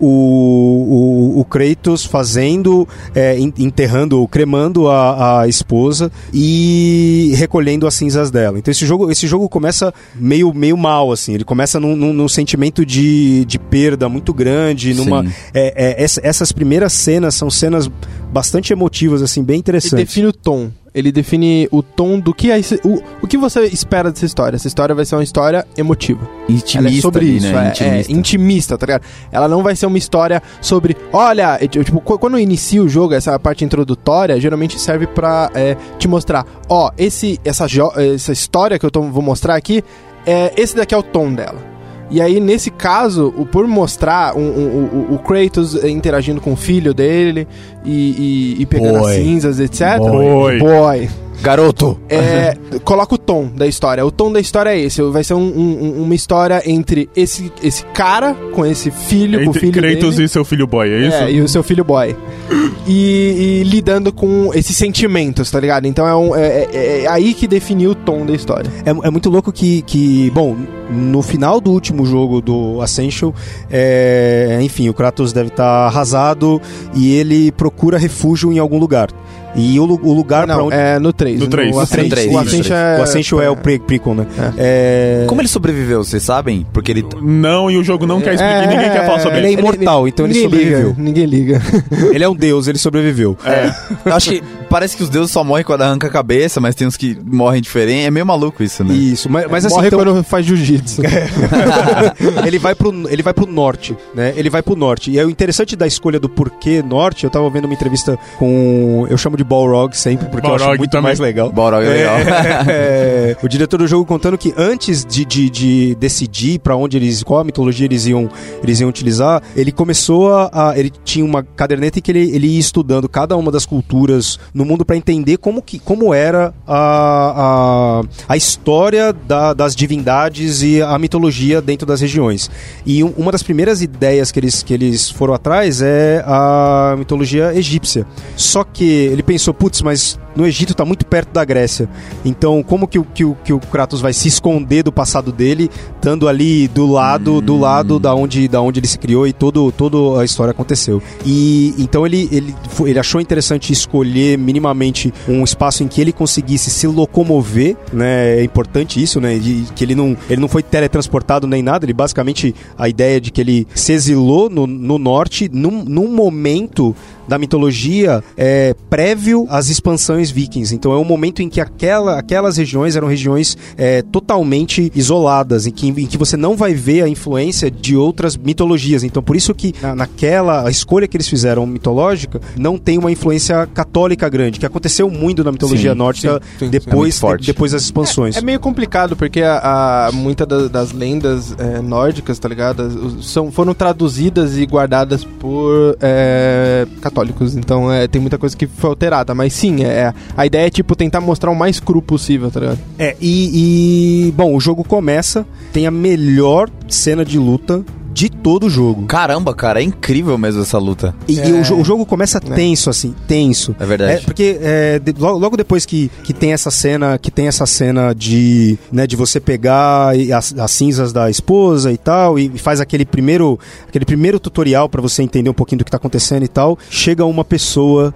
o, o, o Kratos fazendo, é, en- enterrando, cremando a, a esposa e recolhendo as cinzas dela. Então esse jogo, esse jogo começa meio, meio mal, assim. Ele começa num, num, num sentimento de, de perda muito grande, numa... Sim. É, é, essa- essas primeiras cenas são cenas bastante emotivas, assim, bem Ele interessantes. define o tom. Ele define o tom do que é esse, o, o que você espera dessa história. Essa história vai ser uma história emotiva. Intimista, Ela é sobre ali, isso, né? é, Intimista. é intimista, tá ligado? Ela não vai ser uma história sobre, olha, é, tipo, qu- quando inicia o jogo, essa parte introdutória, geralmente serve pra é, te mostrar, ó, esse, essa, jo- essa história que eu tô- vou mostrar aqui, é, esse daqui é o tom dela. E aí, nesse caso, o, por mostrar um, um, o, o Kratos interagindo com o filho dele e, e, e pegando Boy. as cinzas, etcétera. Boy. Boy. Garoto! É, coloca o tom da história. O tom da história é esse. Vai ser um, um, uma história entre esse, esse cara com esse filho, com o Entre filho Kratos dele. e seu filho boy, é isso? É, e o seu filho boy. E, e lidando com esses sentimentos, tá ligado? Então é, um, é, é, é aí que definiu o tom da história. É, é muito louco que, que, bom, no final do último jogo do Ascension, é, enfim, o Kratos deve estar arrasado e ele procura refúgio em algum lugar. E o, o lugar Não, pra onde... é no três. No três. O Ascension, No três, o isso. Ascension é... O Ascension é o pre prequel, né? É. Como ele sobreviveu, vocês sabem? Porque ele... Não, e o jogo não quer explicar, É, ninguém quer falar sobre Ele é ele. imortal, então ele ninguém sobreviveu. Liga, ninguém liga. Ele é um deus, ele sobreviveu. É. Eu acho que parece que os deuses só morrem quando arranca a cabeça, mas tem uns que morrem diferente. É meio maluco isso, né? Isso, mas, mas assim, Morre então, quando faz jiu-jitsu. ele, vai pro, ele vai pro norte, né? Ele vai pro norte. E é o interessante da escolha do porquê norte, eu tava vendo uma entrevista com... Eu chamo de Balrog sempre, porque eu acho Balrog muito também. mais legal. Balrog é legal. É, o diretor do jogo contando que antes de, de, de decidir pra onde eles, qual a mitologia eles iam, eles iam utilizar, ele começou a, a- ele tinha uma caderneta em que ele, ele ia estudando cada uma das culturas no mundo pra entender como, que, como era a, a, a história da- das divindades e a mitologia dentro das regiões. E um- uma das primeiras ideias que eles, que eles foram atrás é a mitologia egípcia. Só que ele pensou, putz, mas no Egito tá muito perto da Grécia. Então, como que o, que o, que o Kratos vai se esconder do passado dele, estando ali do lado, Hum. do lado da onde, da onde ele se criou e todo, toda a história aconteceu. E então ele, ele, foi- ele achou interessante escolher minimamente um espaço em que ele conseguisse se locomover, né? É importante isso, né? De, que ele não, ele não foi teletransportado nem nada, ele basicamente, a ideia de que ele se exilou no, no norte num, num momento da mitologia é, prévio às expansões vikings. Então é um momento em que aquela, aquelas regiões eram regiões é, totalmente isoladas, em que, em que você não vai ver a influência de outras mitologias. Então por isso que na, naquela a escolha que eles fizeram mitológica não tem uma influência católica grande, que aconteceu muito na mitologia Sim, nórdica sim, sim, depois, é muito forte. de- depois das expansões. É meio complicado, porque a, a, muitas das, das lendas é, nórdicas, tá ligado? Os- São, foram traduzidas e guardadas por é, católicos. Então é, tem muita coisa que foi alterada. Mas sim, é, a ideia é tipo tentar mostrar o mais cru possível, tá ligado? É, e, e, bom, o jogo começa, tem a melhor cena de luta de todo o jogo. Caramba, cara, é incrível mesmo essa luta. E, É. e o, jo- o jogo começa tenso, assim, tenso. É verdade. É, porque é, de- logo, logo depois que, que tem essa cena, que tem essa cena de, né, de você pegar e as, as cinzas da esposa e tal, e faz aquele primeiro, aquele primeiro tutorial pra você entender um pouquinho do que tá acontecendo e tal, chega uma pessoa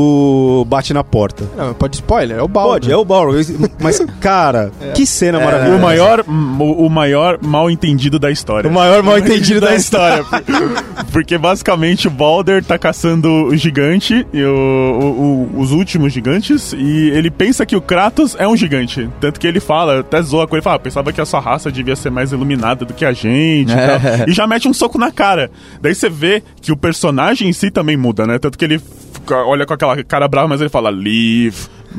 no bate na porta. Não, pode spoiler, é o Baldur. Pode, é o Balrog, mas cara, que cena É, maravilhosa. O maior, o, o maior mal entendido da história. O maior mal entendido da história. Porque basicamente o Baldur tá caçando o gigante, e o, o- o- os últimos gigantes, e ele pensa que o Kratos é um gigante. Tanto que ele fala, até zoa com ele, fala, ah, pensava que a sua raça devia ser mais iluminada do que a gente e É. tal. E já mete um soco na cara. Daí você vê que o personagem em si também muda, né? Tanto que ele fica- olha com aquela cara brava, mas ele fala, leave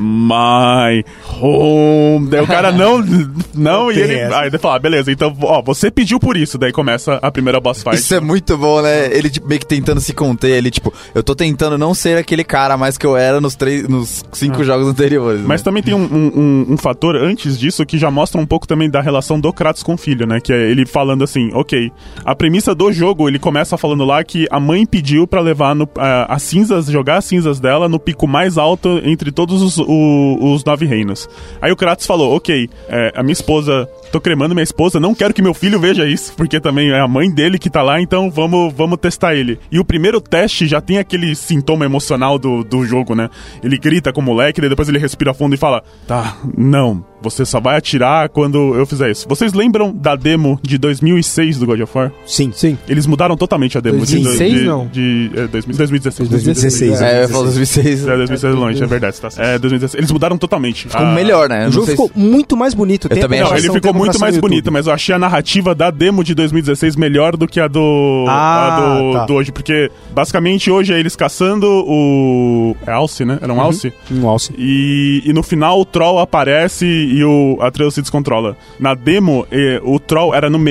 my home. Daí o cara não, não, e tem ele, essa. aí ele fala, ah, beleza, então, ó, você pediu por isso. Daí começa a primeira boss fight. Isso é muito bom, né? Ele tipo, meio que tentando se conter. Ele, tipo, eu tô tentando não ser aquele cara mais que eu era nos, três, nos cinco jogos anteriores. Mas né? também tem um, um, um- um fator antes disso que já mostra um pouco também da relação do Kratos com o filho, né? Que é ele falando assim, ok, a premissa do jogo, ele começa falando lá que a mãe pediu pra levar no, a- as cinzas, jogar as cinzas dela no pico mais alto entre todos os, o- os nove reinos. Aí o Kratos falou, ok, é, a minha esposa, tô cremando minha esposa, não quero que meu filho veja isso, porque também é a mãe dele que tá lá, então vamos, vamos testar ele. E o primeiro teste já tem aquele sintoma emocional do, do jogo, né? Ele grita com o moleque, daí depois ele respira fundo e fala, tá, não, você só vai atirar quando eu fizer isso. Vocês lembram da demo de dois mil e seis do God of War? Sim. Sim. Eles mudaram totalmente a demo. dois mil e seis, de, de, não? De, é, dois mil dois mil e dezesseis. dois mil e dezesseis. É, eu ia falar dois mil e seis. É, dois mil e seis é longe, é verdade. Você tá certo. É, dois mil e dezesseis. Eles mudaram totalmente. Ficou Ah, melhor, né? Eu O não jogo sei ficou muito mais bonito. Tem a também Não, acho. ele comparação- ficou tem a muito comparação mais no YouTube. bonito, mas eu achei a narrativa da demo de dois mil e dezesseis melhor do que a do, Ah, a do, tá. do hoje, porque basicamente hoje é eles caçando o... É Alce, né? Era um Alce? Um alce. E, e no final o Troll aparece e o Atreus se descontrola. Na demo, eh, o Troll era no meio.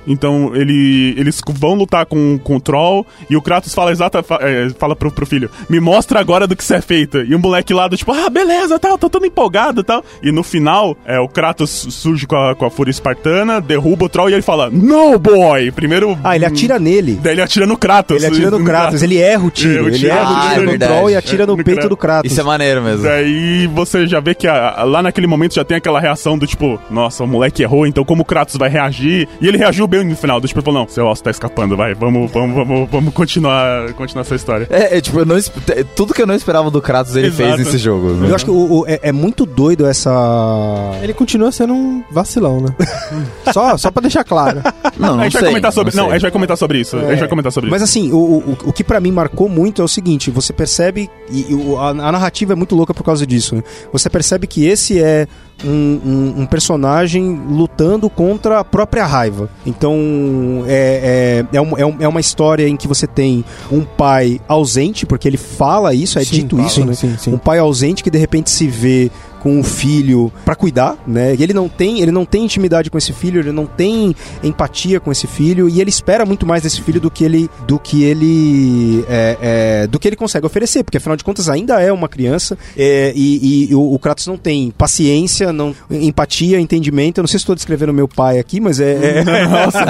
Então ele, eles vão lutar com, com o Troll e o Kratos fala exata, é, fala pro, pro filho, me mostra agora do que você é feito. E o moleque lá do tipo, ah, beleza, tal, tô todo empolgado e tal. E no final, é, o Kratos surge com a, com a fúria espartana, derruba o Troll e ele fala, no boy! Primeiro... Ah, ele atira nele. Daí ele atira no Kratos. Ele atira no Kratos, ele erra o tiro. Erra o ele tiro. erra o Ah, tiro é no verdade. Troll e atira É, no no peito Kratos. do Kratos. Isso é maneiro mesmo. Daí você já vê que a, a, lá naquele momento já tem aquela reação do tipo, nossa, o moleque errou, então como o Kratos vai reagir? E ele reagiu bem no final, do tipo, falou, não, seu osso tá escapando, vai, vamos, vamos, vamos, vamos continuar, continuar essa história. É, é, tipo, eu não, esp- tudo que eu não esperava do Kratos ele Exato. fez nesse jogo. né? Eu acho que o, o- é, é muito doido essa... Ele continua sendo um vacilão, né? só, só pra deixar claro. Não, não a gente sei, vai comentar sobre, não, sei. a gente vai comentar sobre isso, a gente vai comentar sobre Mas isso. assim, o, o, o que pra mim marcou muito é o seguinte, você percebe, e, e o- a, a narrativa é muito louca por causa disso, né? Você percebe que esse é um, um, um personagem lutando contra a própria raiva. Então, é, é, é, um, é, um- é uma história em que você tem um pai ausente, porque ele fala isso, é Sim, dito fala. isso, Sim, né? sim, sim. Um pai ausente que de repente se vê com um filho pra cuidar, né? E ele não tem, ele não tem intimidade com esse filho, ele não tem empatia com esse filho e ele espera muito mais desse filho do que ele, do que ele, é, é, do que ele consegue oferecer, porque afinal de contas ainda é uma criança é, e, e o, o Kratos não tem paciência, não empatia, entendimento. Eu não sei se estou descrevendo meu pai aqui, mas é, é nossa.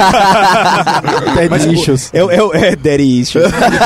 Dead issues. É, é, é daddy issues.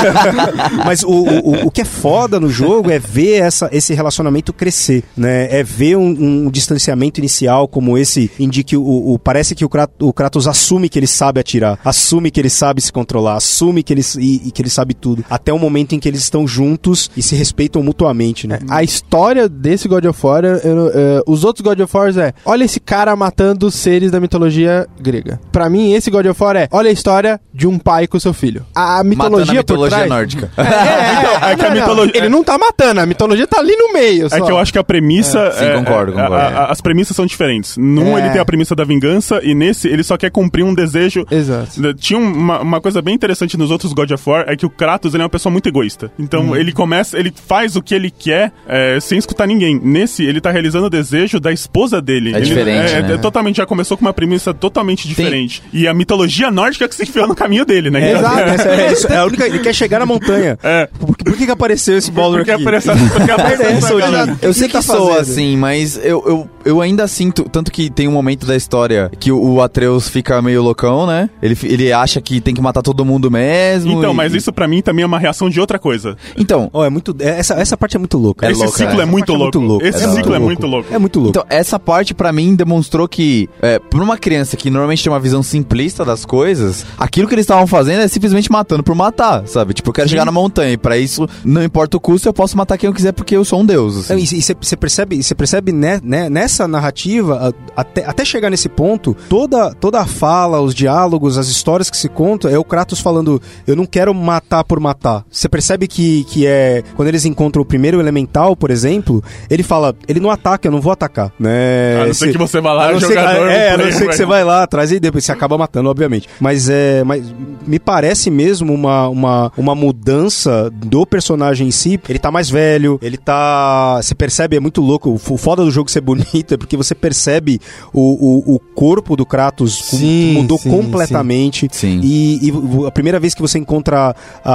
Mas o, o, o que é foda no jogo é ver essa, esse relacionamento crescer, né? É ver um, um distanciamento inicial como esse, indique o, o parece que o Kratos, o Kratos assume que ele sabe atirar, assume que ele sabe se controlar, assume que ele, e, e que ele sabe tudo, até o momento em que eles estão juntos e se respeitam mutuamente, né? A história desse God of War, eu- eu- eu- os outros God of War é, olha esse cara matando os seres da mitologia grega. Pra mim, esse God of War é, olha a história de um pai com seu filho. A mitologia, Matando a mitologia por trás... nórdica. É, é, Então, é que a não, não, mitologia- Ele não tá matando, a mitologia tá ali no meio. É só. que eu acho que a premissa... É. Sim, é- concordo, é- concordo. a- a- as premissas são diferentes. Num, É. ele tem a premissa da vingança, e nesse, ele só quer cumprir um desejo... Exato. Tinha uma, uma coisa bem interessante nos outros God of War, é que o Kratos, ele é uma pessoa muito egoísta. Então, ele começa, ele faz o que ele quer, é, sem escutar ninguém. Nesse, ele tá realizando o desejo da esposa dele. É Ele- diferente, é, né? é totalmente, já começou com uma premissa totalmente diferente. E a mitologia nórdica que se enfiou no caminho dele, né? Exato. Essa é, isso, é a única, ele quer chegar na montanha. É. Por, que- por que, que apareceu esse Baldur Porque aqui? aparece, porque aparece É, essa Odin. galera. Eu O sei que que, ele tá sou fazendo? assim, mas eu, eu, eu ainda sinto. Tanto que tem um momento da história que o, o Atreus fica meio loucão, né? Ele, fi- ele acha que tem que matar todo mundo mesmo. Então, e- mas isso pra mim também é uma reação de outra coisa. Então, Oh, é muito, é- essa, essa parte é muito louca. É Esse louco, ciclo é. é, muito Essa parte louco. é muito louco. Esse É ciclo é muito muito louco. É muito louco. Então, essa parte pra mim demonstrou que, é, pra uma criança que normalmente tem uma visão simplista das coisas, aquilo que eles estavam fazendo é simplesmente matando por matar, sabe? Tipo, eu quero chegar na montanha e pra isso, não importa o custo, eu posso matar quem eu quiser porque eu sou um deus. Assim. E você percebe, você percebe né, né, nessa narrativa, a- até, até chegar nesse ponto, toda, toda a fala, os diálogos, as histórias que se contam, é o Kratos falando, eu não quero matar por matar. Você percebe que, que é, quando eles encontram o primeiro elemental, por exemplo, ele fala, ele não ataca, eu não vou atacar, né? A não ser Esse- que você vá lá, a não ser que- jogador... É, a não player, ser que você vai lá atrás e depois você acaba matando, obviamente. Mas é, mas me parece mesmo uma, uma, uma mudança do personagem em si. Ele tá mais velho, ele tá... Você percebe, é muito louco. O foda do jogo ser bonito é porque você percebe o, o, o corpo do Kratos com- Sim, mudou sim, completamente. Sim. E, e a primeira vez que você encontra a,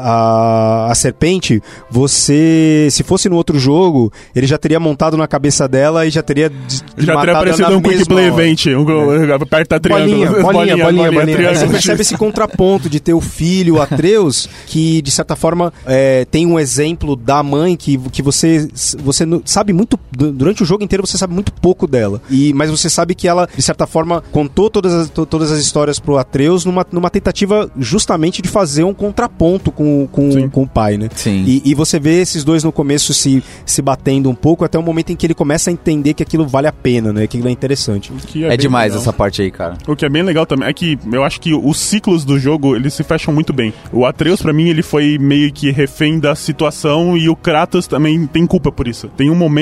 a, a serpente, você... Se fosse no outro jogo, ele já teria montado na cabeça dela e já teria des- Já teria matado aparecido na um Quick mesma Play hora. Event. Um, aperta triângulo. Bolinha, bolinha, bolinha, bolinha. Aí você triângulo. percebe esse contraponto de ter o filho, o Atreus, que de certa forma é, tem um exemplo da mãe que, que você, você não- sabe muito, du- durante o jogo inteiro você sabe muito pouco dela, e, mas você sabe que ela, de certa forma, contou todas as, to- todas as histórias pro Atreus numa, numa tentativa justamente de fazer um contraponto com, com, com o pai, né? Sim. E, e você vê esses dois no começo se, se batendo um pouco até o momento em que ele começa a entender que aquilo vale a pena, né? Que aquilo é interessante. Que É, bem demais legal. essa parte aí, cara. O que é bem legal também é que eu acho que os ciclos do jogo, eles se fecham muito bem. O Atreus, pra mim, ele foi meio que refém da situação e o Kratos também tem culpa por isso. Tem um momento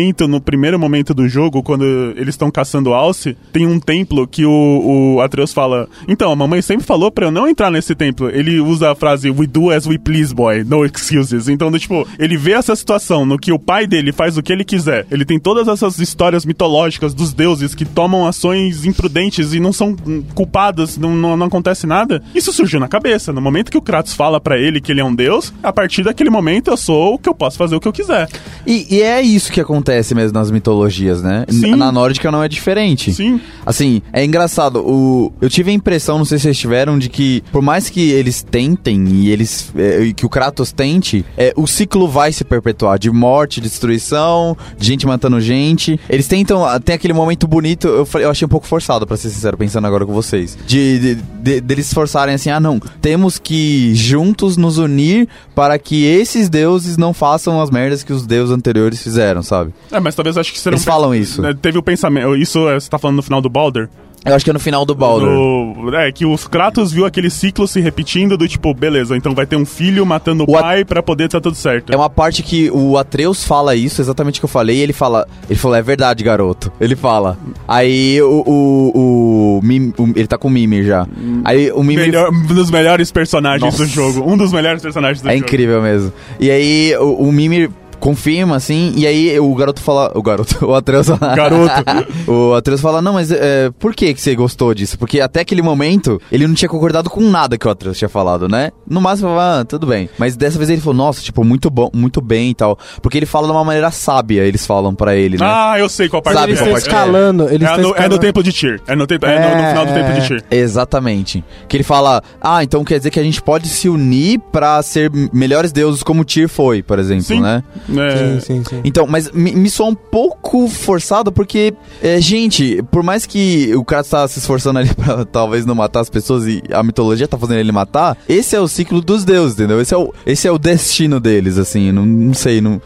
momento, no primeiro momento do jogo, quando eles estão caçando Alce, tem um templo que o, o Atreus fala, então, a mamãe sempre falou pra eu não entrar nesse templo. Ele usa a frase, we do as we please, boy, no excuses. Então, tipo, ele vê essa situação no que o pai dele faz o que ele quiser. Ele tem todas essas histórias mitológicas dos deuses que tomam ações imprudentes e não são culpadas, não, não, não acontece nada. Isso surgiu na cabeça. No momento que o Kratos fala pra ele que ele é um deus, a partir daquele momento eu sou o que eu posso fazer o que eu quiser. E, e é isso que acontece mesmo nas mitologias, né? Sim. Na nórdica não é diferente. Sim. Assim, é engraçado. O, eu tive a impressão, não sei se vocês tiveram, de que por mais que eles tentem e eles é, que o Kratos tente, é, o ciclo vai se perpetuar de morte, destruição, de gente matando gente. Eles tentam, tem aquele momento bonito, eu, eu achei um pouco forçado, pra ser sincero, pensando agora com vocês, de, de, de, de eles forçarem assim, ah não, temos que juntos nos unir para que esses deuses não façam as merdas que os deuses anteriores fizeram, sabe? É, mas talvez acho que serão... Eles falam isso. Teve o pensamento, isso você tá falando no final do Baldur? Eu acho que é no final do Baldur. Do, é, que os Kratos viu aquele ciclo se repetindo do tipo, beleza, então vai ter um filho matando o, o pai a... pra poder estar tudo certo. É uma parte que o Atreus fala isso, exatamente o que eu falei, e ele fala, ele falou, é verdade, garoto. Ele fala. Aí o... o, o, Mim, o ele tá com o Mimir já. Aí o Mimir... Melhor, um dos melhores personagens Nossa. do jogo. Um dos melhores personagens do é jogo. É incrível mesmo. E aí o, o Mimir... confirma, assim, e aí o garoto fala... O garoto, o Atreus fala... Garoto. O Atreus fala, não, mas é, por que que você gostou disso? Porque até aquele momento, ele não tinha concordado com nada que o Atreus tinha falado, né? No máximo, ah, tudo bem. Mas dessa vez ele falou, nossa, tipo, muito bom, muito bem e tal. Porque ele fala de uma maneira sábia, eles falam pra ele, né? Ah, eu sei qual parte. Sabe Eles qual estão parte escalando. Eles é, estão no, escalando. é no tempo de Tyr. É, no, tempo, é, É, no, no final do é. tempo de Tyr. Exatamente. Que ele fala, ah, então quer dizer que a gente pode se unir pra ser melhores deuses como Tyr foi, por exemplo, Sim. né? É, Sim, sim, sim. Então, mas me, me soa um pouco forçado porque, é, gente, por mais que o cara tá se esforçando ali pra talvez não matar as pessoas e a mitologia tá fazendo ele matar, esse é o ciclo dos deuses, entendeu? Esse é o, esse é o destino deles, assim, não, não sei, não...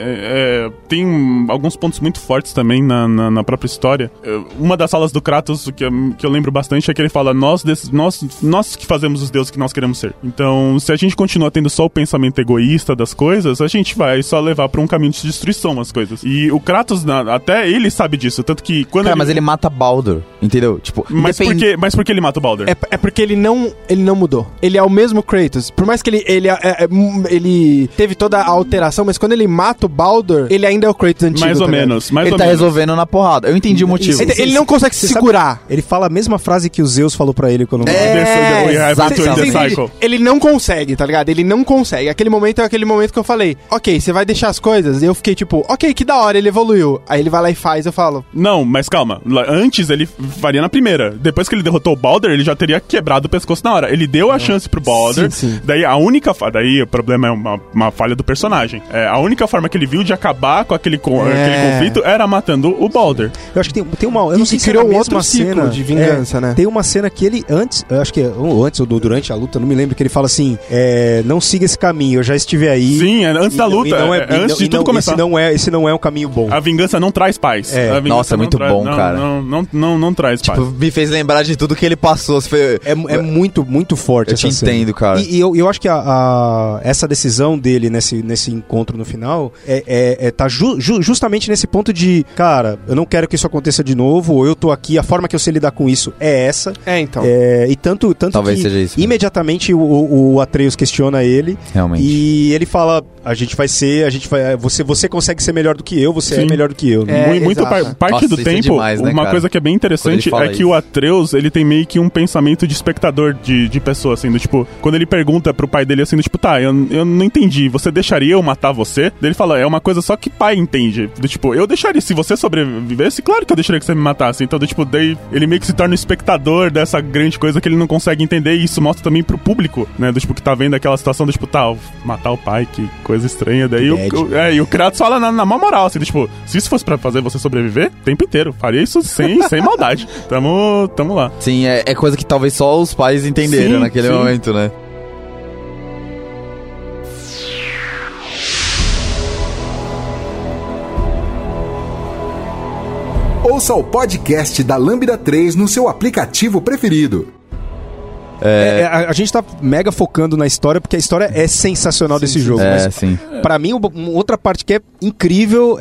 É, é, tem alguns pontos muito fortes também na, na, na própria história. Uma das falas do Kratos que eu, que eu lembro bastante é que ele fala, nós, desse, nós, nós que fazemos os deuses que nós queremos ser. Então, se a gente continua tendo só o pensamento egoísta das coisas, a gente vai só levar pra um caminho de destruição as coisas. E o Kratos, até ele sabe disso, tanto que quando Cara, ele... mas ele mata Baldur, entendeu? Tipo, Mas, depend... por que, mas por que ele mata o Baldur? É, é porque ele não, ele não mudou. Ele é o mesmo Kratos. Por mais que ele, ele, é, é, ele teve toda a alteração, mas quando ele mata o Baldur, ele ainda é o Kratos antigo. mais ou tá ligado? menos, mais ele ou tá menos. resolvendo na porrada. Eu entendi o motivo. Ele, ele não consegue se Você sabe- segurar. Ele fala a mesma frase que o Zeus falou pra ele quando... É, We have to exatamente. end the cycle. Ele não consegue, tá ligado? Ele não consegue. Aquele momento é aquele momento que eu falei, ok, você vai deixar as coisas? E eu fiquei tipo, ok, que da hora, ele evoluiu. Aí ele vai lá e faz, eu falo... Não, mas calma. Lá- Antes ele faria na primeira. Depois que ele derrotou o Baldur, ele já teria quebrado o pescoço na hora. Ele deu a chance pro Baldur. Sim, sim. Daí a única... fa- Daí o problema é uma, uma falha do personagem. É, a única forma que ele viu de acabar com aquele, con- É. aquele conflito era matando o Baldur. Eu acho que tem, tem uma... Eu não E sei que se criou era a um mesma outro ciclo cena, de vingança, é, né? Tem uma cena que ele antes... Eu acho que é ou antes ou do- durante a luta, não me lembro, que ele fala assim, é, não siga esse caminho, eu já estive aí... Sim, é antes e da não- luta. e não é, é e antes não- de e tudo não- começar. Esse não, é, esse não é um caminho bom. A vingança não traz paz. É. A vingança Nossa, é não muito traz- bom, não, cara. Não, não, não, não traz paz. Tipo, me fez lembrar de tudo que ele passou. Foi... É, é muito, muito forte Eu essa te cena. entendo, cara. E, e eu, eu acho que a, a- essa decisão dele nesse, nesse encontro no final é, é, é tá ju- ju- justamente nesse ponto de, cara, eu não quero que isso aconteça de novo, ou eu tô aqui, a forma que eu sei lidar com isso é essa. É, então. É, e tanto, tanto Talvez que seja isso mesmo. imediatamente o, o, o Atreus questiona ele Realmente. e ele fala, a gente vai ser, a gente vai, você, você consegue ser melhor do que eu, você Sim. é melhor do que eu. É, Mu- muito exato. par- parte Nossa, do isso é tempo, demais, né, uma cara? coisa que é bem Quando interessante ele fala é que isso. o Atreus, ele tem meio que um pensamento de espectador de, de pessoa, assim, do tipo, quando ele pergunta pro pai dele assim, do tipo, tá, eu, eu não entendi, você deixaria eu matar você? Daí ele fala, é uma coisa só que pai entende, do tipo, eu deixaria, se você sobrevivesse, claro que eu deixaria que você me matasse, então, do tipo, daí ele meio que se torna um espectador dessa grande coisa que ele não consegue entender, e isso mostra também pro público, né, do tipo, que tá vendo aquela situação do tipo, tá, matar o pai, que coisa estranha, daí o, bad. o- é, e o Kratos fala na, na maior moral, assim, do tipo, se isso fosse pra fazer você sobreviver, o tempo inteiro, faria isso sem, sem maldade, tamo, tamo lá. Sim, é, é coisa que talvez só os pais entenderam Sim, naquele sim. momento, né? Ouça o podcast da Lambda três no seu aplicativo preferido. É, a, a gente tá mega focando na história porque a história é sensacional desse jogo. É, mas sim. Pra mim, uma outra parte que é incrível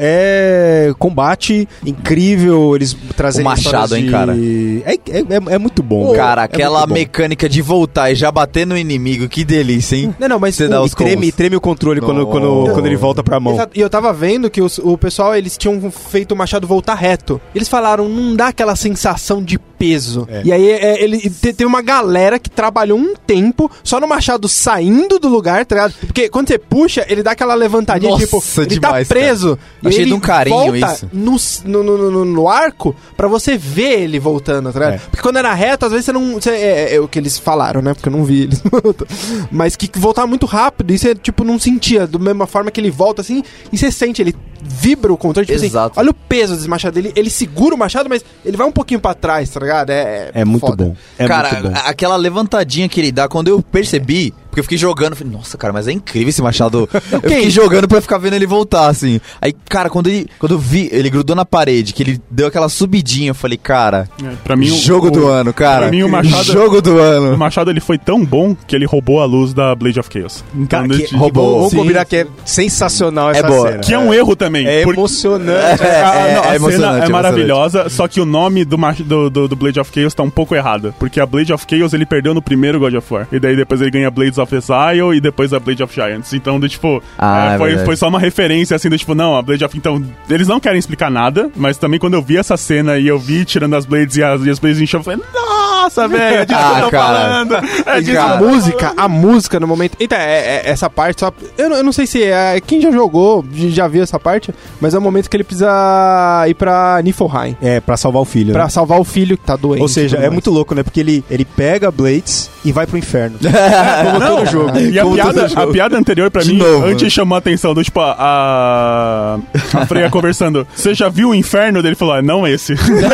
é combate, incrível, eles trazem O machado, hein, de... cara? É, é, é, é muito bom. Cara, é aquela muito bom. mecânica de voltar e já bater no inimigo, que delícia, hein? Não, não, mas Você o- dá E os treme, combos. treme o controle quando, quando, quando ele volta pra mão. Exato. E eu tava vendo que os- o pessoal, eles tinham feito o machado voltar reto. Eles falaram, não dá aquela sensação de peso. É. E aí, é, ele te- tem uma galera que trabalhou um tempo só no machado saindo do lugar, tá ligado? Porque quando você puxa, ele dá aquela levantadinha, Nossa, tipo, ele demais, tá preso. E Achei aí de ele um carinho volta isso. No, no, no, no- no arco pra você ver ele voltando, tá ligado? É. Porque quando era reto, às vezes você não... Você, é, é o que eles falaram, né? Porque eu não vi eles voltando. Mas que voltava muito rápido e você, tipo, não sentia. Da mesma forma que ele volta, assim, e você sente, ele vibra o controle, tipo Exato. assim, olha o peso desse machado dele, ele segura o machado, mas ele vai um pouquinho pra trás, tá ligado? É, É muito foda. bom. É cara, muito bom. a- aquela levantadinha que ele dá, quando eu percebi, porque eu fiquei jogando, falei, nossa, cara, mas é incrível esse machado. Eu fiquei jogando pra ficar vendo ele voltar, assim. Aí, cara, quando, ele, quando eu vi, ele grudou na parede, que ele deu aquela subidinha, eu falei, cara, É, pra mim, o- jogo o- do ano, cara. pra mim, o Machado- Jogo do O ano. Machado ele foi tão bom que ele roubou a luz da Blade of Chaos. Então, Cara, que, de- roubou, vamos sim. combinar que é sensacional essa É boa. cena. que é um erro também. É porque- emocionante. É, Ah, é, não, a é emocionante, cena é é maravilhosa, só que o nome do, mach- do, do, do Blade of Chaos tá um pouco errado. Porque a Blade of Chaos ele perdeu no primeiro God of War. E daí depois ele ganha Blades of Exile e depois a Blade of Giants. Então, do, tipo, Ah, é, é foi, verdade. foi só uma referência assim, do tipo, não, a Blade of. Então, eles não querem explicar nada, mas também quando eu vi essa cena e eu vi tirando as Blades e as, e as Blades em chão, eu falei, nossa, velho, é disso Ah, que eu tô cara. falando. É disso Cara. A música, a música no momento. Eita, é, é- essa parte só. Eu, não- eu não sei se é. Quem já jogou, já viu essa parte, mas é o momento que ele precisa ir pra Niflheim. É, pra salvar o filho. Pra né? salvar o filho que tá doente. Ou seja, e tudo é mais. muito louco, né? Porque ele, ele pega Blades e vai pro inferno. Como todo jogo. E a Como piada, todo jogo. a piada anterior pra De mim, novo. antes chamou a atenção do tipo, a, a Freya conversando. Você já viu o inferno? Ele falou, ah, não esse.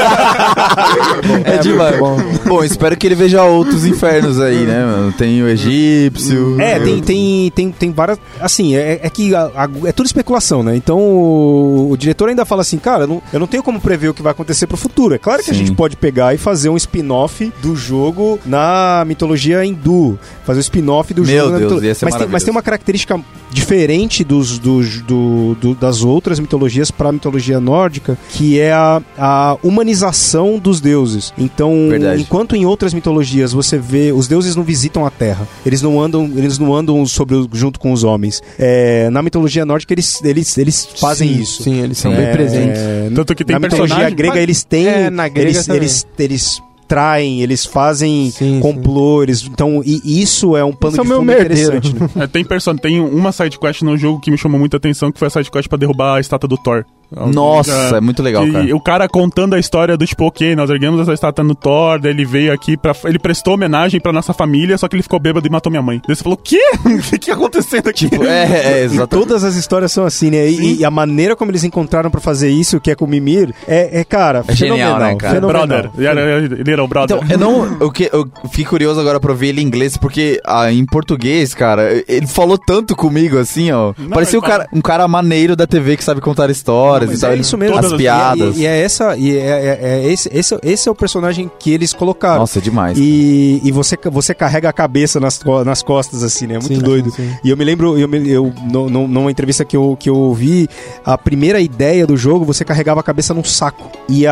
É, demais. bom. Bom, espero que ele veja outros infernos aí, né, mano? Tem o egípcio. É, tem, tem, tem, tem várias. Assim, é, é que a- a- é tudo especulação, né? Então o, o diretor ainda fala assim, cara, eu não, eu não tenho como prever o que vai acontecer pro futuro. É claro que a Sim. gente pode pegar e fazer um spin-off do jogo na mitologia hindu. Fazer o spin-off do Meu jogo na Deus, mitologia. ia ser mas, tem, mas maravilhoso. tem uma característica diferente dos, dos, do, do- das outras mitologias para a mitologia nórdica, que é a, a humanização dos deuses. Então, Verdade. enquanto em outras mitologias você vê, os deuses não visitam a Terra, eles não andam, eles não andam sobre o- junto com os homens. É, na mitologia nórdica eles, eles, eles fazem Sim, isso. Sim, eles são Sim. bem É, presentes. Tanto que tem na mitologia personagem- grega eles têm, É, na grega eles, também. eles, eles traem, eles fazem Sim, complô, eles, então e isso é um pano Eles são de meio fundo merdeiro. interessante. Né? É, tem, person... tem uma sidequest no jogo que me chamou muita atenção, que foi a sidequest pra derrubar a estátua do Thor. Nossa, é muito legal, E cara. o cara contando a história do tipo, ok, nós erguemos essa estátua no Thor, daí ele veio aqui pra. Ele prestou homenagem pra nossa família, só que ele ficou bêbado e matou minha mãe. Daí você falou, o quê? O que que tá acontecendo aqui? Tipo, é, é, E exatamente. todas as histórias são assim, né? E, e a maneira como eles encontraram pra fazer isso, que é com o Mimir, é, é cara, É genial, fenomenal, né, cara? fenomenal. Brother. Ele era- Ele era o brother. Então, eu não. Eu, que, eu fiquei curioso agora pra ouvir ele em inglês, porque ah, em português, cara, ele falou tanto comigo assim, ó. Parecia ele um cara, um cara maneiro da T V que sabe contar histórias Mas e tal. é Ele- isso mesmo. As Todas as- piadas. E, e é essa, e é, é- é esse, esse, esse é o personagem que eles colocaram. Nossa, é demais. E, e você, você carrega a cabeça nas, co- nas costas, assim, né? É muito Sim, doido. sim, sim. E eu me lembro, eu, me- eu no- no- numa entrevista que eu, que eu ouvi, a primeira ideia do jogo, você carregava a cabeça num saco. E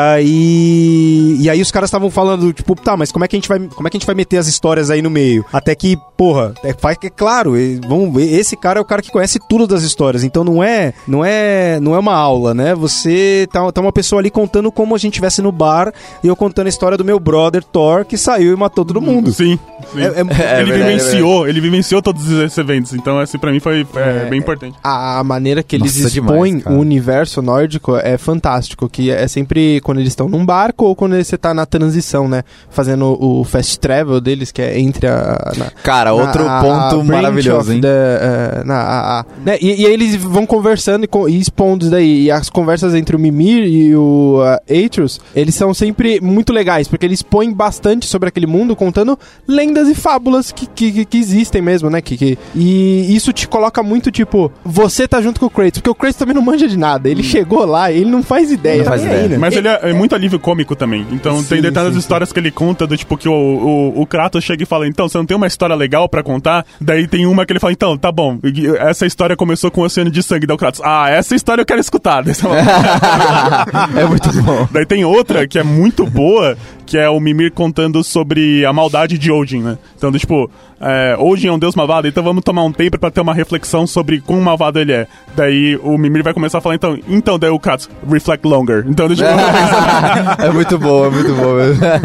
aí. E aí os caras estavam falando, tipo, tá, mas como é que a gente vai, como é que a gente vai meter as histórias aí no meio? Até que, porra, é, faz que é claro, e- vamos ver, esse cara é o cara que conhece tudo das histórias. Então não é, não é, não é uma aula, né? Você tá, tá uma pessoa ali contando como a gente estivesse no bar e eu contando a história do meu brother Thor que saiu e matou todo mundo. Sim. sim. É- é- É ele verdade, vivenciou, ele vivenciou todos esses eventos. Então, assim, pra mim foi é, É, bem importante. A maneira que eles Nossa, expõem demais, cara. o universo nórdico é fantástico, que é sempre quando eles estão num barco ou quando você tá na transição, né? Fazendo o fast travel deles, que é entre a... na- Cara, outro na- a ponto branch maravilhoso, of hein? the, eh, na- a- a- né? e, e aí eles vão conversando e, co- e expondo isso daí. E a as conversas entre o Mimir e o uh, Atreus, eles são sempre muito legais, porque eles põem bastante sobre aquele mundo, contando lendas e fábulas que, que, que existem mesmo, né? Que, que, e isso te coloca muito, tipo, você tá junto com o Kratos, porque o Kratos também não manja de nada. Ele hum. chegou lá e ele não faz ideia. Não faz ideia. Aí, né? Mas ele é, é muito alívio cômico também. Então sim, tem determinadas histórias que ele conta do tipo que o, o, o Kratos chega e fala, então, você não tem uma história legal pra contar? Daí tem uma que ele fala, então, tá bom, essa história começou com o Oceano de Sangue, daí o Kratos, ah, essa história eu quero escutar. É muito bom. Daí tem outra que é muito boa, que é o Mimir contando sobre a maldade de Odin, né? Então, tipo, é, Odin é um deus malvado, então vamos tomar um tempo pra ter uma reflexão sobre quão malvado ele é. Daí o Mimir vai começar a falar, então, então daí o Kratos, reflect longer. Então, deixa eu... É muito bom, é muito bom.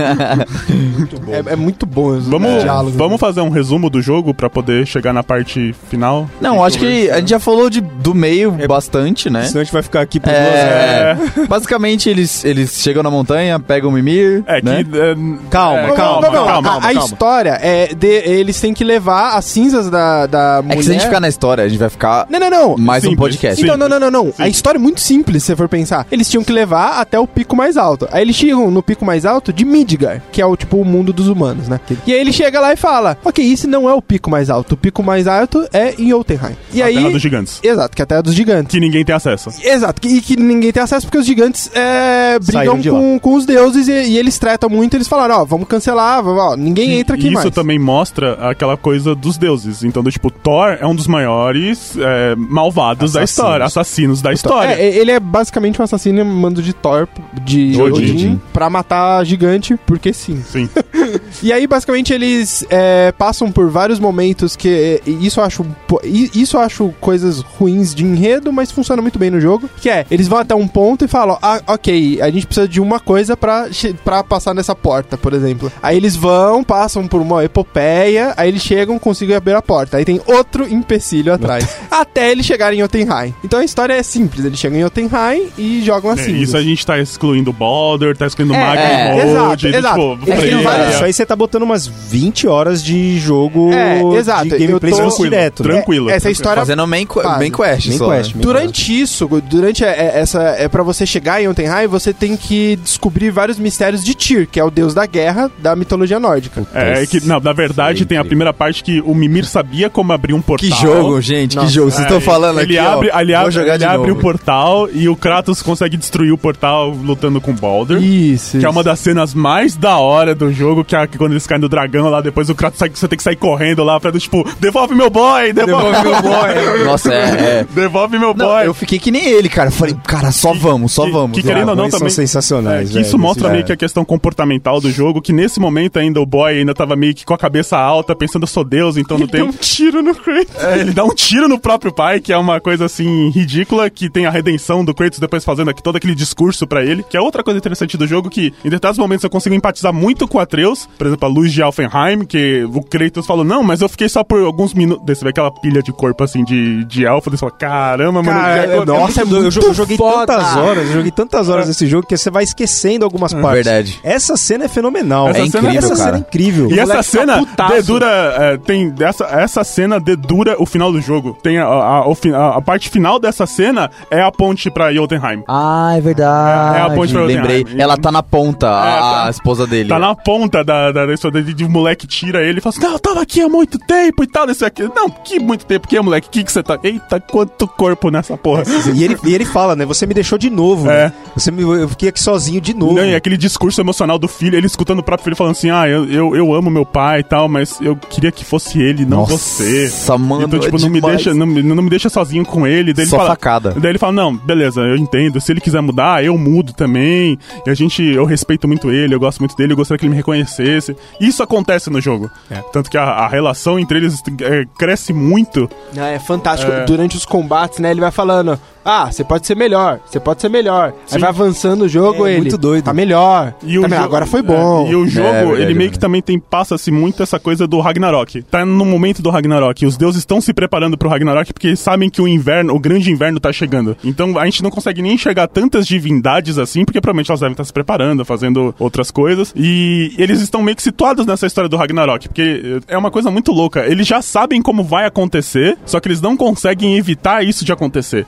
muito bom. É, é muito bom esse vamos, diálogo. Vamos fazer um resumo do jogo pra poder chegar na parte final? Não, acho que a gente já falou de, do meio é, bastante, né? Senão a gente vai ficar aqui por é, duas horas. Basicamente, eles, eles chegam na montanha, pegam o Mimir, É, né? que... É, calma, é, calma, não, não, não, calma, a, calma, a calma. história é de, eles têm que levar as cinzas da, da mulher... É que se a gente ficar na história, a gente vai ficar Não, não, não. mais Simples. um podcast. Então, não, não, não, não. A história é muito simples, se você for pensar. Eles tinham que levar até o pico mais alto. Aí eles chegam no pico mais alto de Midgard, que é o tipo o mundo dos humanos, né? E aí ele chega lá e fala, ok, esse não é o pico mais alto. O pico mais alto é em Jotunheim. E a aí... Terra dos Gigantes. Exato, que é a Terra dos Gigantes. Que ninguém tem acesso. Exato, que, e que ninguém tem acesso porque os gigantes é, brigam com, com os deuses e, e eles tretam muito. Eles falaram, ó, vamos cancelar, ó, ninguém E entra aqui isso mais. também mostra aquela coisa dos deuses. Então, do, tipo, Thor é um dos maiores é, malvados da história, assassinos da história. É, ele é basicamente um assassino mando de Thor, de Odin. Odin, pra matar gigante, porque sim. Sim. E aí, basicamente, eles é, passam por vários momentos que é, isso eu acho isso eu acho coisas ruins de enredo, mas funciona muito bem no jogo, que é, eles vão até um ponto e falam, ah, ok, a gente precisa de uma coisa pra, pra passar nessa porta, por exemplo. Aí eles vão, passam por uma epopeia, aí eles chegam, conseguem abrir a porta. Aí tem outro empecilho atrás. Até eles chegarem em Jotunheim. Então a história é simples, eles chegam em Jotunheim e jogam assim. É, isso a gente tá excluindo Baldur, tá excluindo É, Magni é, Mode, exato, exato. Tipo, É que não Cara, vai- isso aí você tá botando umas vinte horas de jogo É, exato, de gameplay eu tô- direto. né? Tranquilo. É, essa história Fazendo main, qu Faz. main quest Main só, quest, né? main Durante isso, durante a- a- essa. É pra você chegar em Jotunheim, você tem que descobrir vários mistérios de Tyr, que é o deus da guerra da mitologia nórdica. É, é que, não, na verdade, tem a primeira parte que o Mimir sabia como abrir um portal. Que jogo, gente, Nossa. que jogo. Vocês estão É, falando ele aqui, abre, ó. Ele, Vou abre, jogar ele de abre o novo. portal e o Kratos consegue destruir o portal lutando com Baldur. Isso. Que é uma das cenas mais da hora do jogo, que é que quando eles caem do dragão lá, depois o Kratos sai, você tem que sair correndo lá pra, tipo, devolve meu boy, devolve, Devolve meu boy. Nossa, é. é. devolve meu Não, boy. eu fiquei que nem ele, cara. Falei, cara, só vamos, só que- vamos. que querendo ou não, Dragões são também- sensacionais, É, que velho, isso mostra esse- meio que a questão comportamental do jogo, que nesse momento ainda o boy ainda tava meio que com a cabeça alta, pensando, eu sou Deus, então não tem... Deu um tiro no Kratos. É, ele dá um tiro no próprio pai, que é uma coisa assim ridícula, que tem a redenção do Kratos depois fazendo aqui todo aquele discurso pra ele, que é outra coisa interessante do jogo, que em determinados momentos eu consigo empatizar muito com Atreus, por exemplo, a luz de Alfenheim, que o Kratos falou, não, mas eu fiquei só por alguns minutos, daí você vê aquela pilha de corpo assim de, de elfo, daí você fala, caramba, mano, Cara, que é- nossa, é eu, muito eu joguei foda. tantas horas, eu joguei tantas horas nesse jogo que você vai esquecendo algumas partes. Verdade. Essa cena é fenomenal. Essa É cena- incrível, essa cara. cena é incrível. E O essa moleque tá cena putaço. dedura, é, tem essa, essa cena dedura o final do jogo. Tem a, a, o fi- a- a parte final dessa cena é a ponte pra Jotunheim. Ah, é verdade. É, é a ponte pra Lembrei. Jotunheim. Ela tá na ponta, a, É, tá- a esposa dele. Tá na ponta da, da, da história de, de o moleque tira ele e fala assim: não, eu tava aqui há muito tempo e tal, desse aqui. Não, que muito tempo, que é, moleque? Que que você tá? Eita, quanto corpo nessa porra. E ele, e ele fala, né? Você me deixou de novo. É. Né? Você me, eu fiquei aqui sozinho de novo. Não, e aquele discurso emocional do filho, ele escutando o próprio filho falando assim: ah, eu, eu, eu amo meu pai e tal, mas eu queria que fosse ele, não Nossa, você. mano, Então, tipo, é não me, demais. deixa, não, me- não me deixa sozinho com ele. Daí ele Só fala, facada. Daí ele fala, não, beleza, eu entendo. Se ele quiser mudar, eu mudo também. E a gente, eu respeito muito ele, eu gosto muito dele, eu gostaria que ele me reconhecesse. Isso acontece no jogo. É. Tanto que a, a relação entre eles é, cresce muito. É, é fantástico. É. Durante os combates, né, ele vai falando, ah, você pode ser melhor, você pode ser melhor. Sim. Aí vai avançando o jogo, É, ele muito doido. tá melhor. E o Tá melhor, jo- agora foi bom. é, e o jogo, É, verdade, ele meio verdade. que também tem, passa-se muito essa coisa do Ragnarok. Tá no momento do Ragnarok. Os deuses estão se preparando pro Ragnarok porque eles sabem que o inverno, o grande inverno tá chegando. Então a gente não consegue nem enxergar tantas divindades assim, porque provavelmente elas devem estar se preparando, fazendo outras coisas. E eles estão meio que situados nessa história do Ragnarok, porque é uma coisa muito louca. Eles já sabem como vai acontecer, só que eles não conseguem evitar isso de acontecer. A serp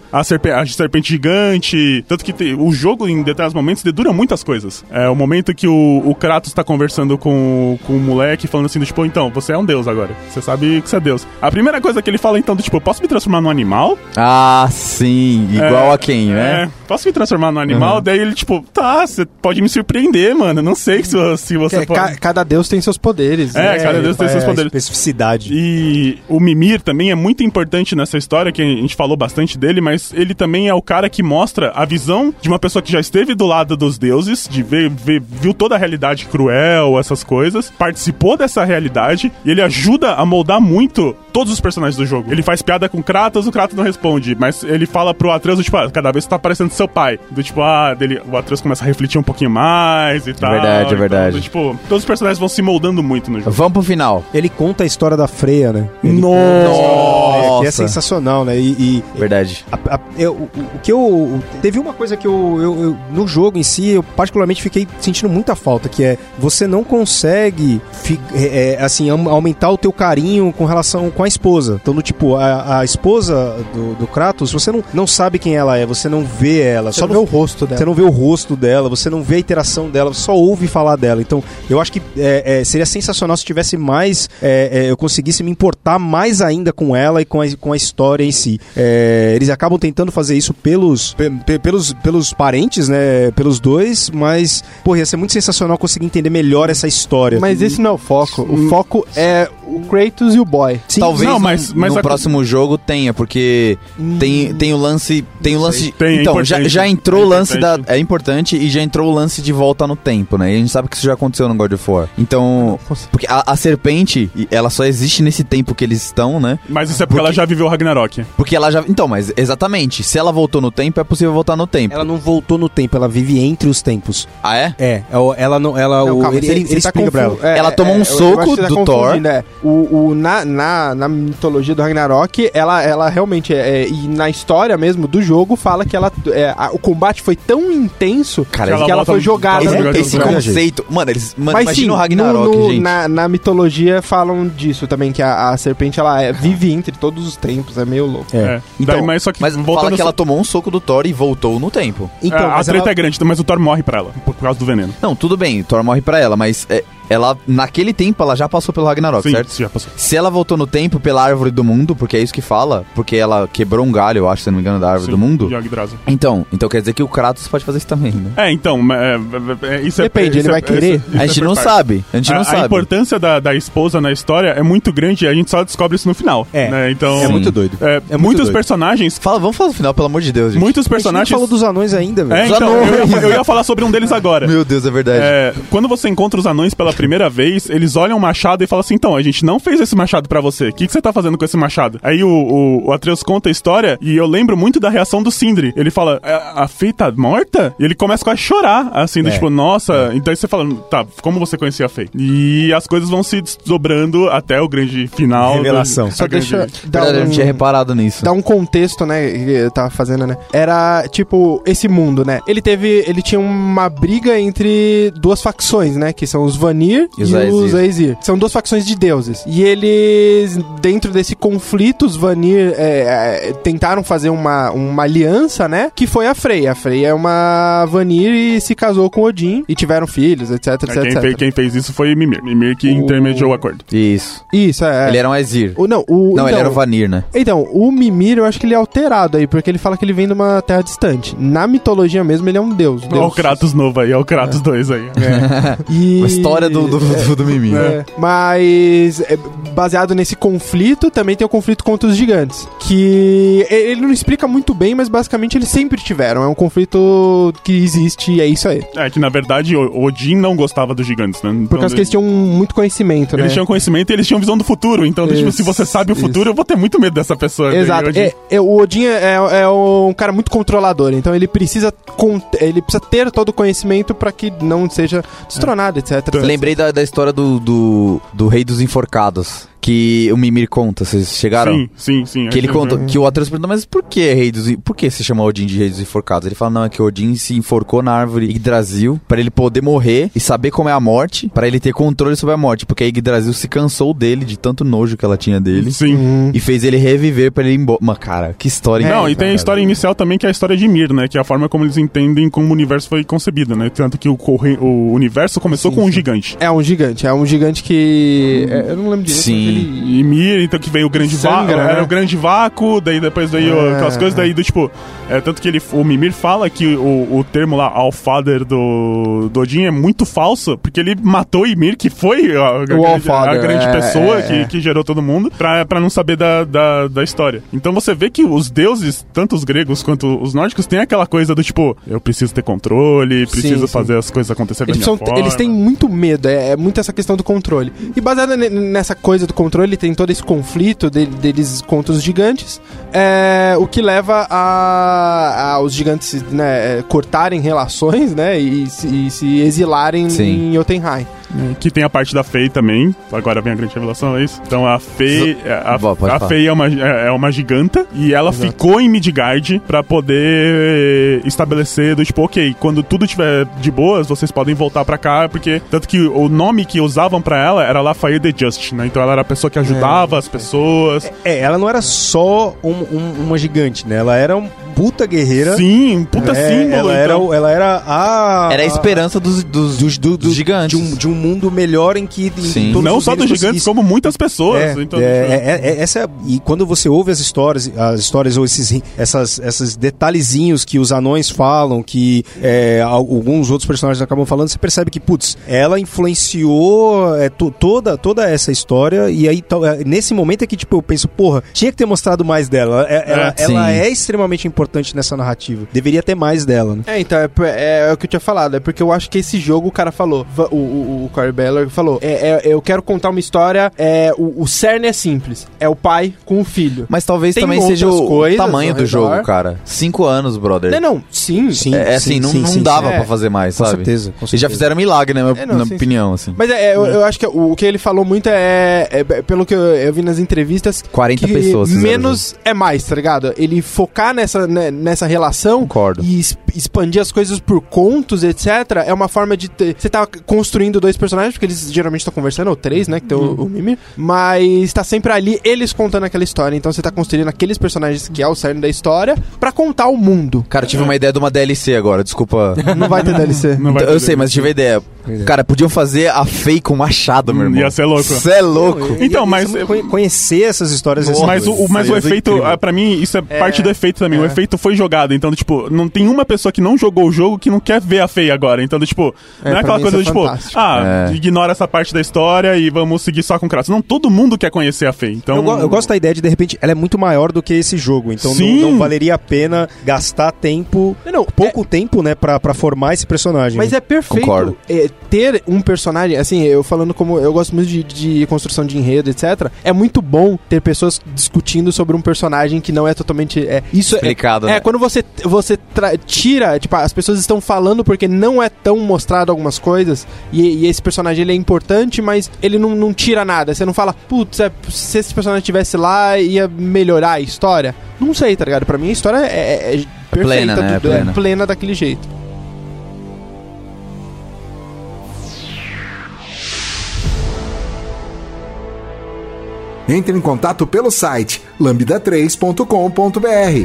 serpe- a serpente gigante. Tanto que te, o jogo, em determinados momentos, dedura muitas coisas. É o momento que o, o Kratos tá conversando com, com o moleque, falando assim, do tipo, então, você é um deus agora. Você sabe que você é deus. A primeira coisa que ele fala, então, do tipo, posso me transformar num animal? Ah, sim. Igual É, a quem, né? É, posso me transformar num animal? Uhum. Daí ele, tipo, tá, você pode me surpreender, mano. Não sei se, se você É, pode... ca- cada deus tem seus poderes. É, né? cada deus tem É, seus a poderes. especificidade. E o Mimir também é muito importante nessa história, que a gente falou bastante dele, mas ele também é o cara que mostra a visão de uma pessoa que já esteve do lado dos deuses, de ver, ver, viu toda a realidade cruel, essas coisas, participou dessa realidade, e ele ajuda a moldar muito todos os personagens do jogo. Ele faz piada com Kratos, o Kratos não responde, mas ele fala pro Atreus, tipo, ah, cada vez você tá parecendo seu pai. Do tipo, ah, dele, o Atreus começa a refletir um pouquinho mais e tal. Verdade, é então, verdade. do, tipo, todos os personagens vão se moldando muito no jogo. Vamos pro final. Ele conta a história da Freya, né? Ele Nossa! Que é sensacional, né? E, e Verdade. a- a- eu- o, o que eu... Teve uma coisa que eu, eu- eu- no jogo em si, eu particularmente fiquei sentindo muita falta, que é, você não consegue, fi- é, é, assim, am- aumentar o teu carinho com relação com a esposa. Então, do tipo, a, a esposa do, do Kratos, você não, não sabe quem ela é, você não vê ela. Você só não vê o rosto dela. Você não vê o rosto dela, você não vê a interação dela, você só ouve falar dela. Então, eu acho que é, é, seria sensacional se tivesse mais... É, é, eu conseguisse me importar mais ainda com ela e com a, com a história em si. É, eles acabam tentando fazer isso pelos, pe- pe- pelos, pelos parentes, né? Pelos dois, mas, pô, ia ser muito sensacional conseguir entender melhor essa história. Mas esse não é o foco. O foco é o Kratos e o boy. Sim, Talvez não, no- mas- mas no a- próximo jogo tenha, porque tem, tem o lance... Tem o lance... Tem, é então, já, importante. já entrou É o lance da... importante. É importante e já entrou o lance de volta no tempo, né? E a gente sabe que isso já aconteceu no God of War. Então... Porque a, a serpente, ela só existe nesse tempo que eles estão, né? Mas isso é porque, ela já viveu o Ragnarok. Porque ela já... Então, mas exatamente. Se ela voltou no tempo, é possível voltar no tempo. Ela não voltou no tempo, ela vive entre os tempos. Ah, é? É, ela não... Ela, Não, o, calma, ele, você- ele, você ele tá explica pra ela. confu- é, Ela tomou um é, eu soco acho que você tá do Thor. confundindo, é. O, o, na, na, na mitologia do Ragnarok, ela, ela realmente é, é, e na história mesmo do jogo, fala que ela, é, a- o combate foi tão intenso Cara, que ela ela, volta- foi jogada volta no jogada Esse no tempo. conceito... Mano, eles... Mano, Mas imagina sim, o Ragnarok, no- no- gente. na, na mitologia falam disso também, que a, a serpente ela é- vive entre todos os tempos, é meio louco. É. É. Então, Daí, mas só que Mas voltando fala que a- ela tomou um soco do Thor e voltou no tempo. Então, é, a mas treta ela- é grande, mas o Thor morre pra ela, por, por causa do veneno. Não, tudo bem, Thor morre pra ela, mas é, ela, naquele tempo, ela já passou pelo Ragnarok, Sim, certo? já passou. Se ela voltou no tempo pela árvore do mundo, porque é isso que fala, porque ela quebrou um galho, eu acho, se não me engano, da árvore Sim, do mundo. Yggdrasil. Então, então quer dizer que o Kratos pode fazer isso também, né? É, então, é, é, é, isso Depende, é, ele isso vai é, querer? isso- isso A gente é não por parte. sabe, a gente A, não a sabe. importância da, da esposa na história é muito grande e a gente só descobre isso no final. É. Né? Então, É muito doido. é, É muito muitos doido. personagens. Fala, vamos falar no final, pelo amor de Deus, gente. Muitos A gente nem personagens. falou dos anões ainda, velho. É, Os então, eu anões. ia, eu ia falar sobre um deles agora. Meu Deus, é verdade. É, quando você encontra os anões pela primeira vez, eles olham o machado e falam assim: então, a gente não fez esse machado pra você. O que, que você tá fazendo com esse machado? Aí o, o, o Atreus conta a história e eu lembro muito da reação do Sindri. Ele fala: a, a Fei tá morta? E ele começa quase a chorar, assim, do É. tipo, nossa. Então aí você fala: tá, como você conhecia a Fei? E as coisas vão se desdobrando até o grande final. Revelação. do- Só a grande- deixa dar Verdade, eu não um, tinha reparado nisso. dar um contexto, né, que eu tava fazendo, né? Era, tipo, esse mundo, né? Ele teve, ele tinha uma briga entre duas facções, né? Que são os Vanir E e, os os Aesir. Aesir. São duas facções de deuses. E eles, dentro desse conflito, os Vanir é, é, tentaram fazer uma, uma aliança, né? Que foi a Freya. A Freya é uma Vanir e se casou com Odin e tiveram filhos, etc, É, etc, quem, etc. fez, quem fez isso foi Mimir. Mimir que O- intermediou o acordo. Isso. Isso, é. Ele era um Aesir. O, não, o, Não, ele então, era o Vanir, né? Então, o Mimir, eu acho que ele é alterado aí, porque ele fala que ele vem de uma terra distante. Na mitologia mesmo, ele é um deus. Olha deus. o Kratos novo aí, é o Kratos dois aí. E... A história do, do, do, do Mimir. É, mas é, baseado nesse conflito, também tem o conflito contra os gigantes. Que ele não explica muito bem, mas basicamente eles sempre tiveram. É um conflito que existe e é isso aí. É que na verdade o Odin não gostava dos gigantes, né? Então, Por causa que eles tinham muito conhecimento, né? Eles tinham conhecimento e eles tinham visão do futuro. Então, Isso, tipo, se você sabe o futuro, isso. eu vou ter muito medo dessa pessoa. Exato. Odin. É, é, o Odin é, é um cara muito controlador, então ele precisa, con- ele precisa ter todo o conhecimento pra que não seja destronado, etc. etcétera. Lembrei da, da história do, do, do Rei dos Enforcados. que o Mimir conta, vocês chegaram? Sim, sim, sim. Que ele acho conta, que- que o Atreus pergunta, mas por que rei dos... Por que você chama Odin de rei dos enforcados? Ele fala, não, é que Odin se enforcou na árvore Yggdrasil pra ele poder morrer e saber como é a morte, pra ele ter controle sobre a morte, porque a Yggdrasil se cansou dele, de tanto nojo que ela tinha dele, Sim. e fez ele reviver pra ele ir embora. Mas, cara, que história Não, incrível, e tem a cara. história inicial também, que é a história de Ymir, né? Que é a forma como eles entendem como o universo foi concebido, né? Tanto que o, corre... o universo começou Sim, com um sim. gigante. É um gigante, é um gigante que... é, eu não lembro direito. Sim. mas ele- Ymir, então que veio o grande vácuo, Sangra, né? era o grande vácuo, daí depois veio É. aquelas coisas, daí do tipo, é, tanto que ele, o Mimir fala que o, o termo lá, Allfather do, do Odin é muito falso, porque ele matou Ymir, que foi a, a grande, Allfather, a grande é, pessoa é, que, é. que gerou todo mundo, pra, pra não saber da, da, da história. Então você vê que os deuses, tanto os gregos quanto os nórdicos, tem aquela coisa do tipo, eu preciso ter controle, preciso Sim, sim. fazer as coisas acontecerem Eles, da minha são, forma. eles têm muito medo, é, é muito essa questão do controle. E baseado ne- nessa coisa do controle, tem todo esse conflito de- deles contra os gigantes, é, o que leva a, a os gigantes, né, é, cortarem relações, né, e, se- e se exilarem Sim. em Jotunheim. Que tem a parte da Fei também. Agora vem a grande revelação, é isso? Então a Fei. A, Bom, pode a falar. Fei é uma, é é uma giganta. E ela Exato. ficou em Midgard pra poder estabelecer do tipo, ok, quando tudo estiver de boas, vocês podem voltar pra cá. Porque. Tanto que o nome que usavam pra ela era Lafayette the Just, né? Então ela era a pessoa que ajudava as pessoas. É, ela não era só um- um- uma gigante, né? Ela era um puta guerreira. Sim, um puta É, símbolo. ela, era, então. o- ela era a... Era a esperança dos, dos, dos, do- dos do- gigantes. De um, de um mundo melhor em que em Sim. todos Não os só dos reinos gigantes, conseguissem- como muitas pessoas. É, então, é, é, é, essa, e quando você ouve as histórias, as histórias ou esses, essas, esses detalhezinhos que os anões falam, que é, alguns outros personagens acabam falando, você percebe que, putz, ela influenciou é, to- toda, toda essa história, e aí tal- é, nesse momento é que tipo, eu penso, porra, tinha que ter mostrado mais dela. É, ela, É, ela sim. é extremamente importante nessa narrativa. Deveria ter mais dela, né? É, então, é, por- é, é o que eu tinha falado, é porque eu acho que esse jogo, o cara falou, va- o, o, o Cory Ballard falou, é, é, eu quero contar uma história, é, o, o cerne é simples, é o pai com o filho. Mas talvez Tem também seja outras o, o coisas tamanho ao do redor. jogo, cara. Cinco anos, brother. Não, não, sim, Sim. É assim, não, sim, não sim, dava sim. pra fazer mais, Com sabe? certeza, com Eles já certeza. fizeram milagre, né, É, não, na sim, opinião, assim. Mas é, é, eu, eu acho que o, o que ele falou muito é, é, é, pelo que eu, eu vi nas entrevistas, quarenta que pessoas fizeram menos é mais, tá ligado? Ele focar nessa, né, nessa relação Concordo. e es- expandir as coisas por contos, etcétera, é uma forma de ter, você tá construindo dois personagens, porque eles geralmente estão conversando, ou três, né, que tem o, o Mimir, mas tá sempre ali eles contando aquela história, então você tá construindo aqueles personagens que é o cerne da história pra contar o mundo. Cara, eu tive uma ideia de uma D L C agora, desculpa. Não vai ter D L C. Não vai Então, eu ter sei, mas tive a ideia. Cara, podiam fazer a Fei com machado, meu Hum, irmão. ia ser louco. Cê é louco. Então, E- mas- e- conhe- conhecer essas histórias Nossa, Mas o, o- mas o Seria efeito, incrível. ah, pra mim, isso é, É. parte do efeito também. O É. efeito foi jogado. Então, tipo, não tem uma pessoa que não jogou o jogo que não quer ver a Fei agora. Então, tipo, É, não é pra aquela mim coisa do isso é tipo, fantástico. ah, É. ignora essa parte da história e vamos seguir só com o Kratos. Não, todo mundo quer conhecer a Fei. Então, Eu, go- eu gosto da ideia de, de repente, ela é muito maior do que esse jogo. Então não, Sim. não valeria a pena gastar tempo, Não, não, pouco tempo, né, pra, pra formar esse personagem. Mas né? é perfeito Concordo. é, ter um personagem, assim, eu falando como eu gosto muito de, de construção de enredo, etcétera. É muito bom ter pessoas discutindo sobre um personagem que não é totalmente. É, isso Explicado, é, né? é, quando você, você tra- tira, tipo, as pessoas estão falando porque não é tão mostrado algumas coisas, e, e esse personagem ele é importante, mas ele não, não tira nada. Você não fala, putz, é, se esse personagem estivesse lá, ia melhorar a história. Não sei, tá ligado? Pra mim a história é, é, é perfeita, plena, né? É tudo, plena. é plena daquele jeito. Entre em contato pelo site lambda três ponto com ponto b r.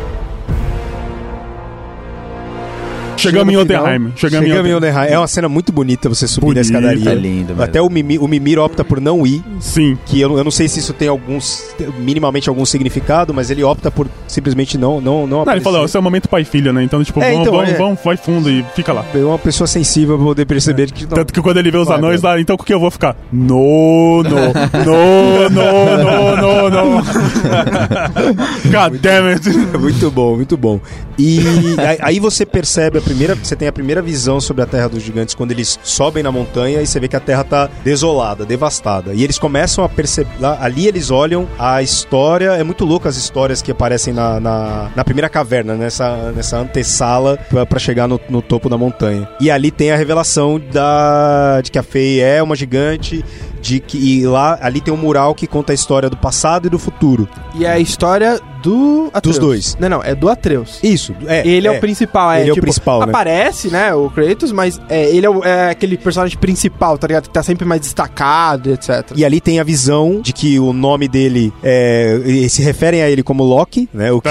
chegamos em Chega no final. Jotunheim. Chegamos em Chegamos em Jotunheim. Jotunheim. É uma cena muito bonita você subir Bonita. na escadaria. É lindo, mesmo. Até o Mimir, o Mimir opta por não ir, Sim. que eu, eu não sei se isso tem alguns, minimamente algum significado, mas ele opta por simplesmente não não não Não, ele aparecer. falou, esse é o momento pai e filha, né? Então, tipo, É, vamos, então, vamos, é. vamos, vai fundo e fica lá. É uma pessoa sensível pra poder perceber que não. Tanto que quando ele vê os Vai, anões vai. lá, então com que eu vou ficar? No, no, no, no, no, no, no. God damn it. Muito bom, muito bom. E aí- aí você percebe a primeira, você tem a primeira visão sobre a Terra dos Gigantes quando eles sobem na montanha e você vê que a Terra tá desolada, devastada. E eles começam a perceber, lá- ali eles olham a história, é muito louco as histórias que aparecem na, na, na primeira caverna, nessa, nessa antessala pra, pra chegar no, no topo da montanha. E ali tem a revelação da, de que a Fei é uma gigante, de que e lá ali tem um mural que conta a história do passado e do futuro. E é a história do Atreus. Dos dois. Não, não, é do Atreus. Isso, é. Ele é, é o principal, é. Ele é tipo, o principal, né? Aparece, né, o Kratos, mas é, ele é, o, é aquele personagem principal, tá ligado? Que tá sempre mais destacado, etcétera. E ali tem a visão de que o nome dele é, se referem a ele como Loki, né? O que...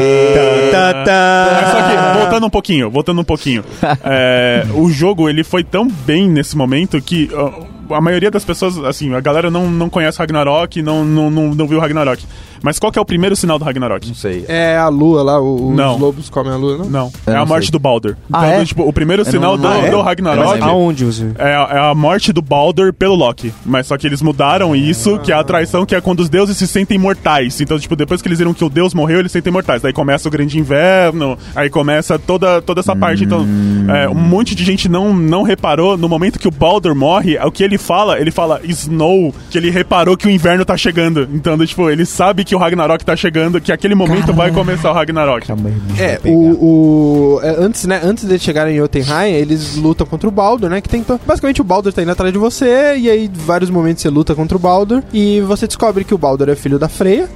Tá, tá, tá. Mas só que, voltando um pouquinho, voltando um pouquinho. é, o jogo, ele foi tão bem nesse momento que... Uh, a maioria das pessoas, assim, a galera não, não conhece Ragnarok, não, não, não, não viu Ragnarok. Mas qual que é o primeiro sinal do Ragnarok? Não sei. É a lua lá, o, os Não. lobos comem a lua, não? Não, Eu é não a morte sei. do Baldur. Ah, então, é? tipo, o primeiro Eu sinal não- do, ah, é? do Eu Ragnarok não Aonde você... é a, é a morte do Baldur pelo Loki. Mas só que eles mudaram isso, que é a traição, que é quando os deuses se sentem mortais. Então, tipo, depois que eles viram que o deus morreu, eles se sentem mortais. Daí começa o grande inverno, aí começa toda, toda essa parte. Então, é, um monte de gente não, não reparou, no momento que o Baldur morre, o que ele fala, ele fala Snow, que ele reparou que o inverno tá chegando. Então, tipo, ele sabe que o Ragnarok tá chegando, que aquele momento vai começar o Ragnarok. É, o, o é, antes, né, antes deles chegarem em Jotunheim, eles lutam contra o Baldur, né, que tentou, basicamente o Baldur tá indo atrás de você, e aí vários momentos você luta contra o Baldur, e você descobre que o Baldur é filho da Freya,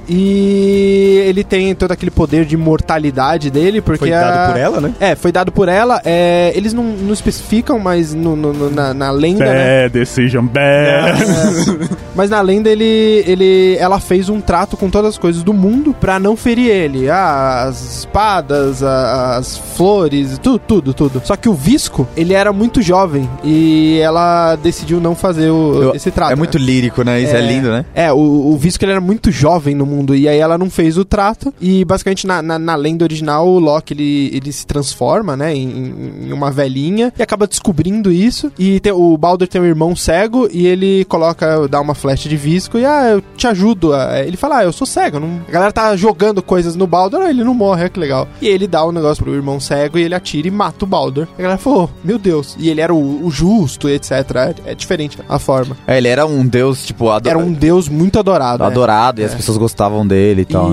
e ele tem todo aquele poder de imortalidade dele, porque Foi dado a... por ela, né? É, foi dado por ela, é, eles não, não especificam, mas no, no- no- na, na lenda, né, Bad decision, bad. mas na lenda ele, ele, ela fez um trato com todas as coisas do mundo pra não ferir ele. Ah, as espadas, a- as flores, tudo, tudo, tudo. Só que o Visco, ele era muito jovem e ela decidiu não fazer o, Eu- esse trato. É muito lírico, né? Isso é, lindo, né? É, o, o Visco ele era muito jovem no mundo e aí ela não fez o trato e basicamente na, na, na lenda original o Loki ele, ele se transforma, né, em, em uma velhinha e acaba descobrindo isso e tem, o Baldur tem um irmão cego e ele coloca, dá uma flecha de Visco e ah, eu te ajudo. a- Ele fala, ah, eu sou cego. eu Não... A galera tá jogando coisas no Baldur, ah, ele não morre, é que legal. E ele dá um negócio pro irmão cego e ele atira e mata o Baldur. A galera falou, oh, meu Deus. E ele era o, o justo, etcétera. É, é diferente a forma. É, ele era um deus, tipo, ado- Era um deus muito adorado. né? adorado e as É. pessoas gostavam dele e tal, né?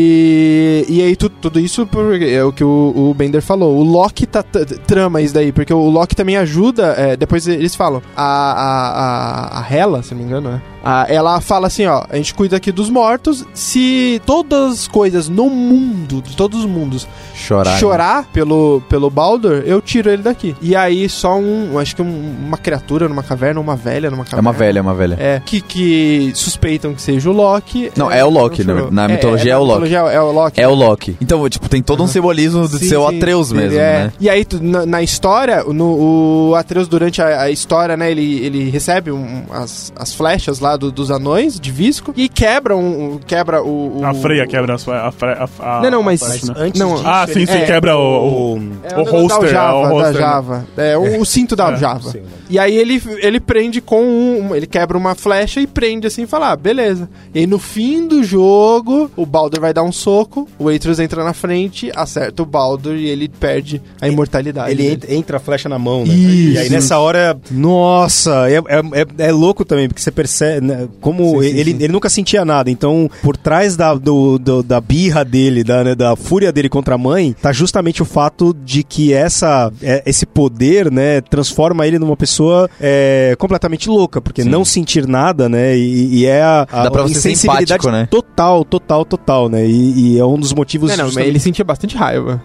E, e aí tu- tudo isso por- é o que o, o Bender falou. O Loki tá, t- trama isso daí, porque o Loki também ajuda. é, depois eles falam. A, a, a, a Hela, se não me engano, né? A- ela fala assim, ó, a gente cuida aqui dos mortos. Se todas as coisas no mundo, de todos os mundos, Chorar. chorar pelo, pelo Baldur, eu tiro ele daqui. E aí só um, acho que um- uma criatura numa caverna, uma velha numa É caverna. uma velha, é uma velha. É, que, que suspeitam que seja o Loki. Não, é o Loki, não na- chorou. na mitologia é o na Loki. mitologia é o Loki. É o Loki. Então, tipo, tem todo um simbolismo do Sim, seu sim. Atreus Ele mesmo, é. né? E aí, tu- na, na história, no, o Atreus, durante a, a história, né, ele, ele recebe um- as, as flechas lá do- dos anões de Visco e quebra, um, um- quebra o, o... A Freya quebra a, a, a, a Não, não, mas- a flecha, né? Antes Não, disso, Ah, sim, sim, É, quebra o, o, É o negócio holster, da Java, é o holster, da né? Java. É, o, o cinto da É, Java. sim. E aí ele, ele prende com um... Ele quebra uma flecha e prende assim e fala, ah, beleza. E aí no fim do jogo, o Baldur vai dar um soco, o Atreus entra na frente, acerta o Baldur e ele perde a imortalidade. Ele dele. entra, entra a flecha na mão, né? Isso. E aí nessa hora, nossa, é, é, é, é louco também, porque você percebe, né, como Sim, sim, ele, sim. ele nunca sentia nada. Então, por trás da, do, do- da birra dele, da, né, da fúria dele contra a mãe, tá justamente o fato de que essa, é, esse poder, né, transforma ele numa pessoa é, completamente louca, porque não sentir nada, né, e, e é a, a Dá pra você ser insensibilidade empático, né? total, total, total, né, e, e é um dos motivos... Não, não, mas justamente- ele sentia bastante raiva.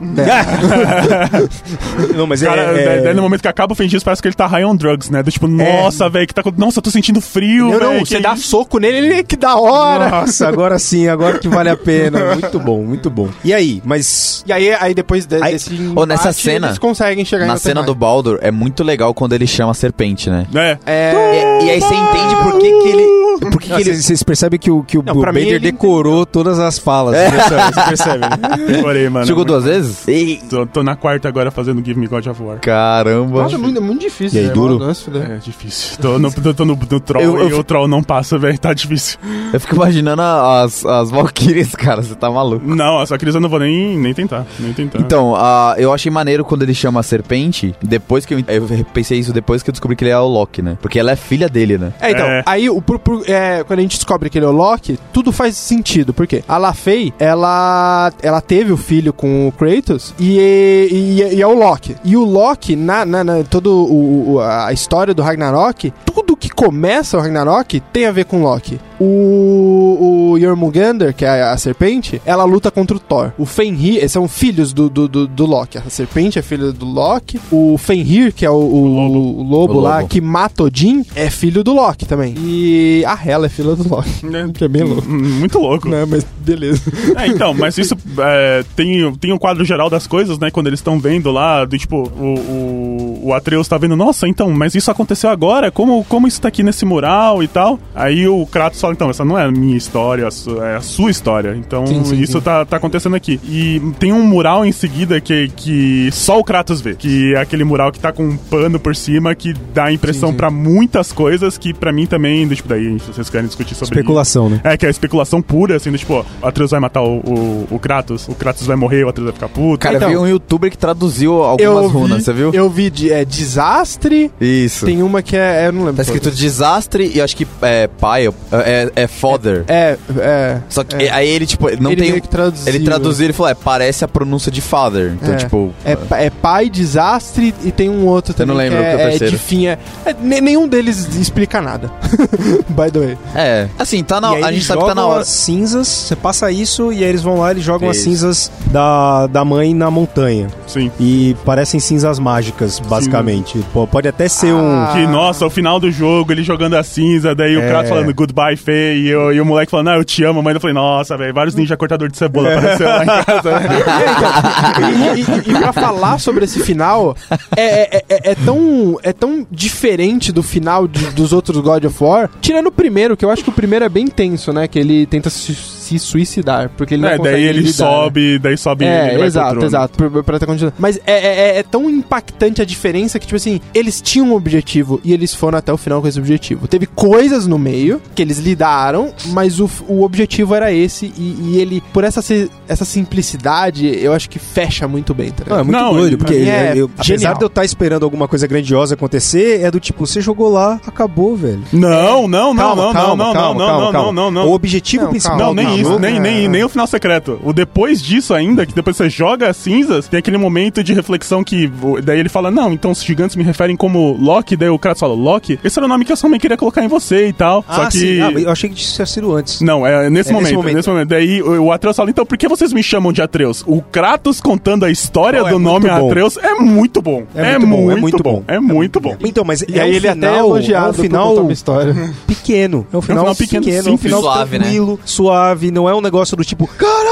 Não, mas Cara, é, é... daí no momento que acaba o feitiço, parece que ele tá high on drugs, né? Do tipo, nossa, velho, que tá acontecendo? Nossa, eu tô sentindo frio, Não, velho. não, que você é dá isso? soco nele, ele que da hora. Nossa, agora sim, agora que vale a pena. Muito bom, muito bom. E aí, mas... E aí, aí depois de, Aí- desse Ô, nessa embate, cena- eles conseguem chegar Na em cena do Jotunheim. Baldur, é muito legal quando ele chama a serpente, né? É. É... E, e aí você entende por que que ele... Por que que ele... Vocês percebem que o, que o, Não, o pra mim Bender ele decorou todas as falas. Você percebe, você percebe, né? Decorei, mano. Chegou duas vezes? Ei, Tô, tô na quarta agora fazendo Give Me God of War. caramba. Nossa, é muito, é muito difícil. E aí, né? duro? Nossa, né? É difícil. Tô no, tô, tô no, no troll Eu- eu e fi- o troll não passa, velho. Tá difícil. Eu fico imaginando as, as Valkyries, cara. Você tá maluco. Não, só que eles eu não vou nem, nem tentar. Nem tentar. Então, ah, eu achei maneiro quando ele chama a serpente, depois que eu, eu pensei isso depois que eu descobri que ele é o Loki, né? Porque ela é filha dele, né? É, então, É. aí o, por- por- é, quando a gente descobre que ele é o Loki, tudo faz sentido. Por quê? A Lafay, ela, ela teve o filho com o Kratos e, e, e é o Loki. E o Loki, na, na, na todo o, o- a história do Ragnarok, tudo que começa o Ragnarok tem a ver com Loki. O, o Jormungandr, que é a, a serpente, ela luta contra o Thor. O Fenrir, eles são filhos do, do, do, do Loki. A serpente é filha do Loki. O Fenrir, que é o, o, o, lobo. o lobo lá, que mata Odin, é filho do Loki também. E a Hela é filha do Loki. É, que é bem louco. Muito louco. Não, mas beleza. É, então, mas isso é, tem, tem um quadro geral das coisas, né? Quando eles estão vendo lá, do tipo, o, o, o Atreus tá vendo, nossa, então, mas isso aconteceu agora? Como, como isso tá aqui nesse mural e tal? Aí o Kratos fala, então, essa não é a minha história, é a sua história. Então, sim, sim, isso sim. Tá, tá acontecendo aqui. E tem um mural em seguida que, que só o Kratos vê, que é aquele mural que tá com um pano por cima, que dá a impressão sim, sim. pra muitas coisas, que pra mim também, do, tipo, daí, se vocês querem discutir sobre especulação, isso, né? É, que é especulação pura, assim, do, tipo, o Atreus vai matar o, o, o Kratos, o Kratos vai morrer, o Atreus vai ficar puto. Cara, então, eu vi um youtuber que traduziu algumas runas, você viu? Eu vi de, é, desastre. Isso. Tem uma que é, eu não lembro. Tá escrito todas. Desastre e eu acho que é pai, é, é father. É, é. Só que é. aí ele, tipo, não ele tem. Que traduziu. Ele traduziu e falou, é, parece a pronúncia de father. Então, é. tipo. É, é pai, desastre e tem um outro também. Eu não lembro que é, que é o terceiro. É de fim, é, é, nenhum deles explica nada. By the way. É. Assim, tá na hora. A gente sabe que tá na hora. As cinzas, você passa isso e aí eles vão lá e eles jogam isso. as cinzas da, da mãe na montanha. Sim. E parecem cinzas mágicas, basicamente. Pô, pode até ser ah. um. Que, nossa, o final do jogo, ele jogando a cinza, daí é. o Kratos falando goodbye, Fê, e, eu, e o moleque falando, ah, eu te amo, mas eu falei, nossa, velho, vários ninja cortador de cebola é. apareceram lá em casa. e, e, e pra falar sobre esse final, é, é, é, é, tão, é tão diferente do final de, dos outros God of War, tirando o primeiro, que eu acho que o primeiro é bem tenso, né? Que ele tenta se, se suicidar, porque ele não é, consegue daí ele lidar, sobe, né? daí sobe É, ele vai exato, pro trono. exato, pra, pra ter continuado. Mas é, é, é tão impactante a diferença que, tipo assim, eles tinham um objetivo e eles foram até o final com esse objetivo. Teve coisas no meio que eles lidaram, mas o, o objetivo era esse e, e ele, por essa, essa simplicidade, eu acho que fecha muito bem, tá ligado? Não, é muito Não, doido, ele- porque é eu, apesar genial. de eu estar esperando alguma coisa grandiosa acontecer, é do tipo, você jogou lá, acabou, velho. Não, não, não, Calma, não, calma, não, calma, não, calma, não, calma. não, não, não. O objetivo Não, principal Não, calma, nem calma. isso, Não, nem, é. nem, nem o final secreto. O depois disso ainda, que depois você joga as cinzas, tem aquele momento de reflexão que o- daí ele fala, não, então os gigantes me referem como Loki, daí o Kratos fala, Loki? Esse era o nome que eu também queria colocar em você e tal. Ah, Só que... sim. Ah, eu achei que tinha sido antes. Não, é nesse É momento, nesse momento. nesse momento. Daí o, o Atreus fala, então por que vocês me chamam de Atreus? O Kratos contando a história Não, é do nome muito bom. Atreus é muito bom. É muito bom, é muito bom. É muito bom. Então, mas E é aí um ele final, até é elogiado é um por final contar uma história. pequeno. É um final, final pequeno, pequeno, é um simples, final suave, né? tranquilo, suave. Não é um negócio do tipo,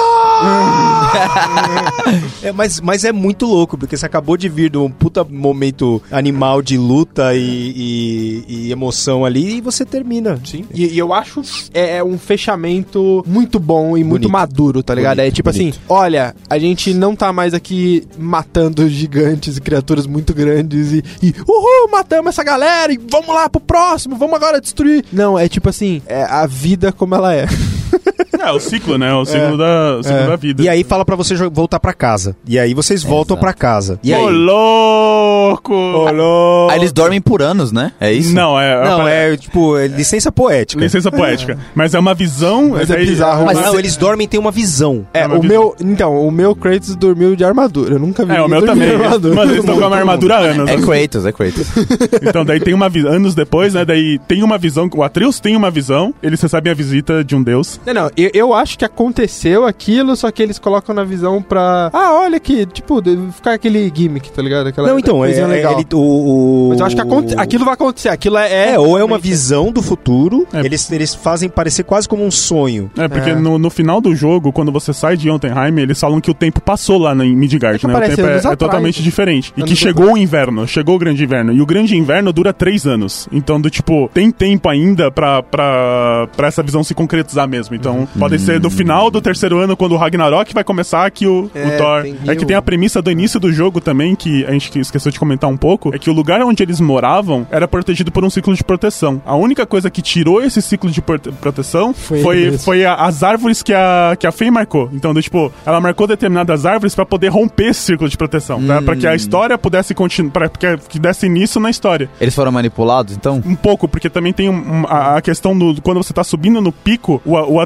caralho! é, mas, mas é muito louco, porque você acabou de vir de um puta momento animal de luta e, e, e emoção ali e você termina. Sim. E, e eu acho é, é um fechamento muito bom e muito Bonito. maduro, tá ligado? Bonito, é tipo bonito. assim, olha, a gente não tá mais aqui matando gigantes e criaturas muito grandes e, e uhul, matamos essa galera e vamos lá pro próximo, vamos agora destruir. Não, é tipo assim, é a vida como ela é. É, o ciclo, né? O ciclo, da, o ciclo É. da vida. E aí fala pra você jo- voltar pra casa. E aí vocês voltam Exato. pra casa. E Ô, aí? louco! Ô, louco! Aí eles dormem por anos, né? É isso? Não, é... Não, é tipo, é licença poética. Licença poética. Mas é uma visão... Mas é daí- bizarro. Mas Mas não, cê- eles dormem e tem uma visão. É, uma o visão. meu, então, o meu Kratos dormiu de armadura. Eu nunca vi É, o ninguém meu dormir também. de armadura. Mano, eles estão com uma armadura há anos. É Kratos, é Kratos. Então, daí tem uma visão... Anos depois, né? Daí tem uma visão... O Atreus tem uma visão. Eles recebem a visita de um deus. Não, não, eu, eu acho que aconteceu aquilo, só que eles colocam na visão pra... Ah, olha aqui, tipo, de- ficar aquele gimmick, tá ligado? Aquela Não, então, é, coisinha é, legal. ele, o, o- Mas eu acho que aconte- aquilo vai acontecer, aquilo é... É, ou é uma visão do futuro, É. eles, eles fazem parecer quase como um sonho. É, porque É. No, no final do jogo, quando você sai de Jotunheim, eles falam que o tempo passou lá em Midgard, É que né? O aparece tempo é, anos é atrás. totalmente diferente. E Anos que chegou o inverno, chegou o grande inverno. E o grande inverno dura três anos. Então, do tipo, tem tempo ainda pra, pra, pra essa visão se concretizar mesmo. Então, pode ser do final do terceiro ano, quando o Ragnarok vai começar, que o, É, o Thor... tem É que mil. tem a premissa do início do jogo também, que a gente esqueceu de comentar um pouco, é que o lugar onde eles moravam era protegido por um ciclo de proteção. A única coisa que tirou esse ciclo de prote- proteção Foi foi, ele foi, mesmo. a- as árvores que a, que a Faye marcou. Então, do, tipo, ela marcou determinadas árvores pra poder romper esse círculo de proteção, tá? Pra que a história pudesse continuar, pra que, que desse início na história. Eles foram manipulados, então? Um pouco, porque também tem um- um- a, a questão do quando você tá subindo no pico, o, o Atreus dá,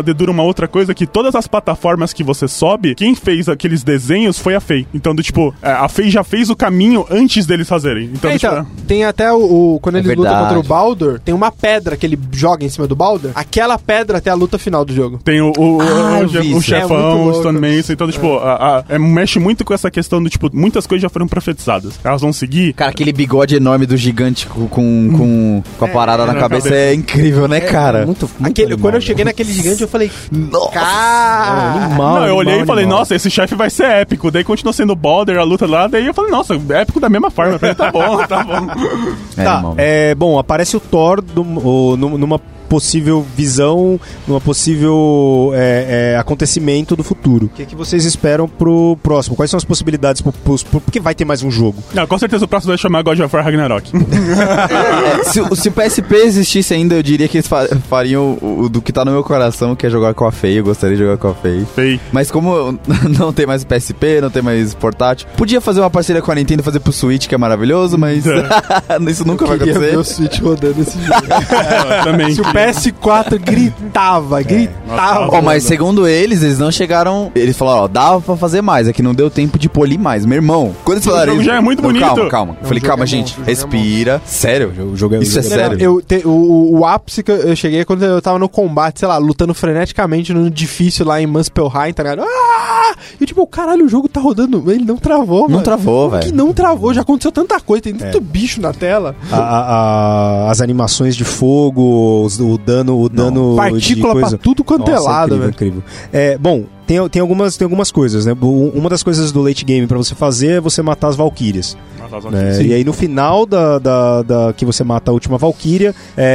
dedura uma outra coisa, que todas as plataformas que você sobe, quem fez aqueles desenhos foi a Faye. Então, do tipo, a Faye já fez o caminho antes deles fazerem. Então, É, do, então, tipo, tem até o, o- quando É eles lutam verdade. contra o Baldur, tem uma pedra que ele joga em cima do Baldur. Aquela pedra até a luta final do jogo. tem o, o, Ah, o, eu vi o isso. É chefão, muito o louco. Stone Mason. Então, tipo, a, a- é, mexe muito com essa questão do tipo, muitas coisas já foram profetizadas. Elas vão seguir. Cara, aquele bigode enorme do gigante com, com, com, com a parada na na cabeça cabeça. é incrível, né, cara? Muito, muito Aquele, animal, quando eu né? cheguei naquele gigante, eu falei, Nossa! cara... Animal, não, eu olhei animal, e falei, animal. nossa, esse chefe vai ser épico. Daí continuou sendo o Baldur, a luta lá. Daí eu falei, nossa, épico da mesma forma. Eu falei, tá bom, tá bom. É, Tá, irmão. é, bom, aparece o Thor do- o- num- numa possível visão, numa possível é, é, acontecimento do futuro. O que, que vocês esperam pro próximo? Quais são as possibilidades? Pro, pro, pro- porque vai ter mais um jogo. Não, com certeza o próximo vai chamar God of War Ragnarok. É, se, o- se o P S P existisse ainda, eu diria que eles fa- fariam o, o do que tá no meu coração, que é jogar com a Faye. Eu gostaria de jogar com a Faye. Feio. Mas como eu não tem mais P S P, não tem mais portátil, podia fazer uma parceria com a Nintendo, fazer pro Switch, que é maravilhoso, mas isso nunca vai Queria ver o acontecer. Switch rodando esse jogo. É, também. Se o P S quatro gritava, gritava. Nossa, Ó, mas segundo eles, eles não chegaram. Eles falaram, ó, dava pra fazer mais, é que não deu tempo de polir mais. Meu irmão, quando eles falaram jogo isso. já é muito Não, bonito. Calma, calma. Eu falei, jogo calma, é gente, monstro, o jogo é respira. Sério? O jogo é- Isso é o jogo Não, sério. não, eu te- o, o ápice que eu cheguei é quando eu tava no combate, sei lá, lutando freneticamente no difícil lá em Muspelheim, tá ligado? Ah! E tipo, caralho, o jogo tá rodando, ele não travou, Não mano. travou, Como que velho. não travou? Já aconteceu tanta coisa, tem tanto bicho na tela. A- a- a- as animações de fogo, os- o dano, o dano Partícula de pra coisa. tudo quanto é Nossa, lado, incrível, velho. incrível. É, bom, tem, tem, algumas, tem algumas coisas, né? U- Uma das coisas do late game pra você fazer é você matar as Valkyrias. né? Sim. E aí no final da, da, da- que você mata a última Valkyria,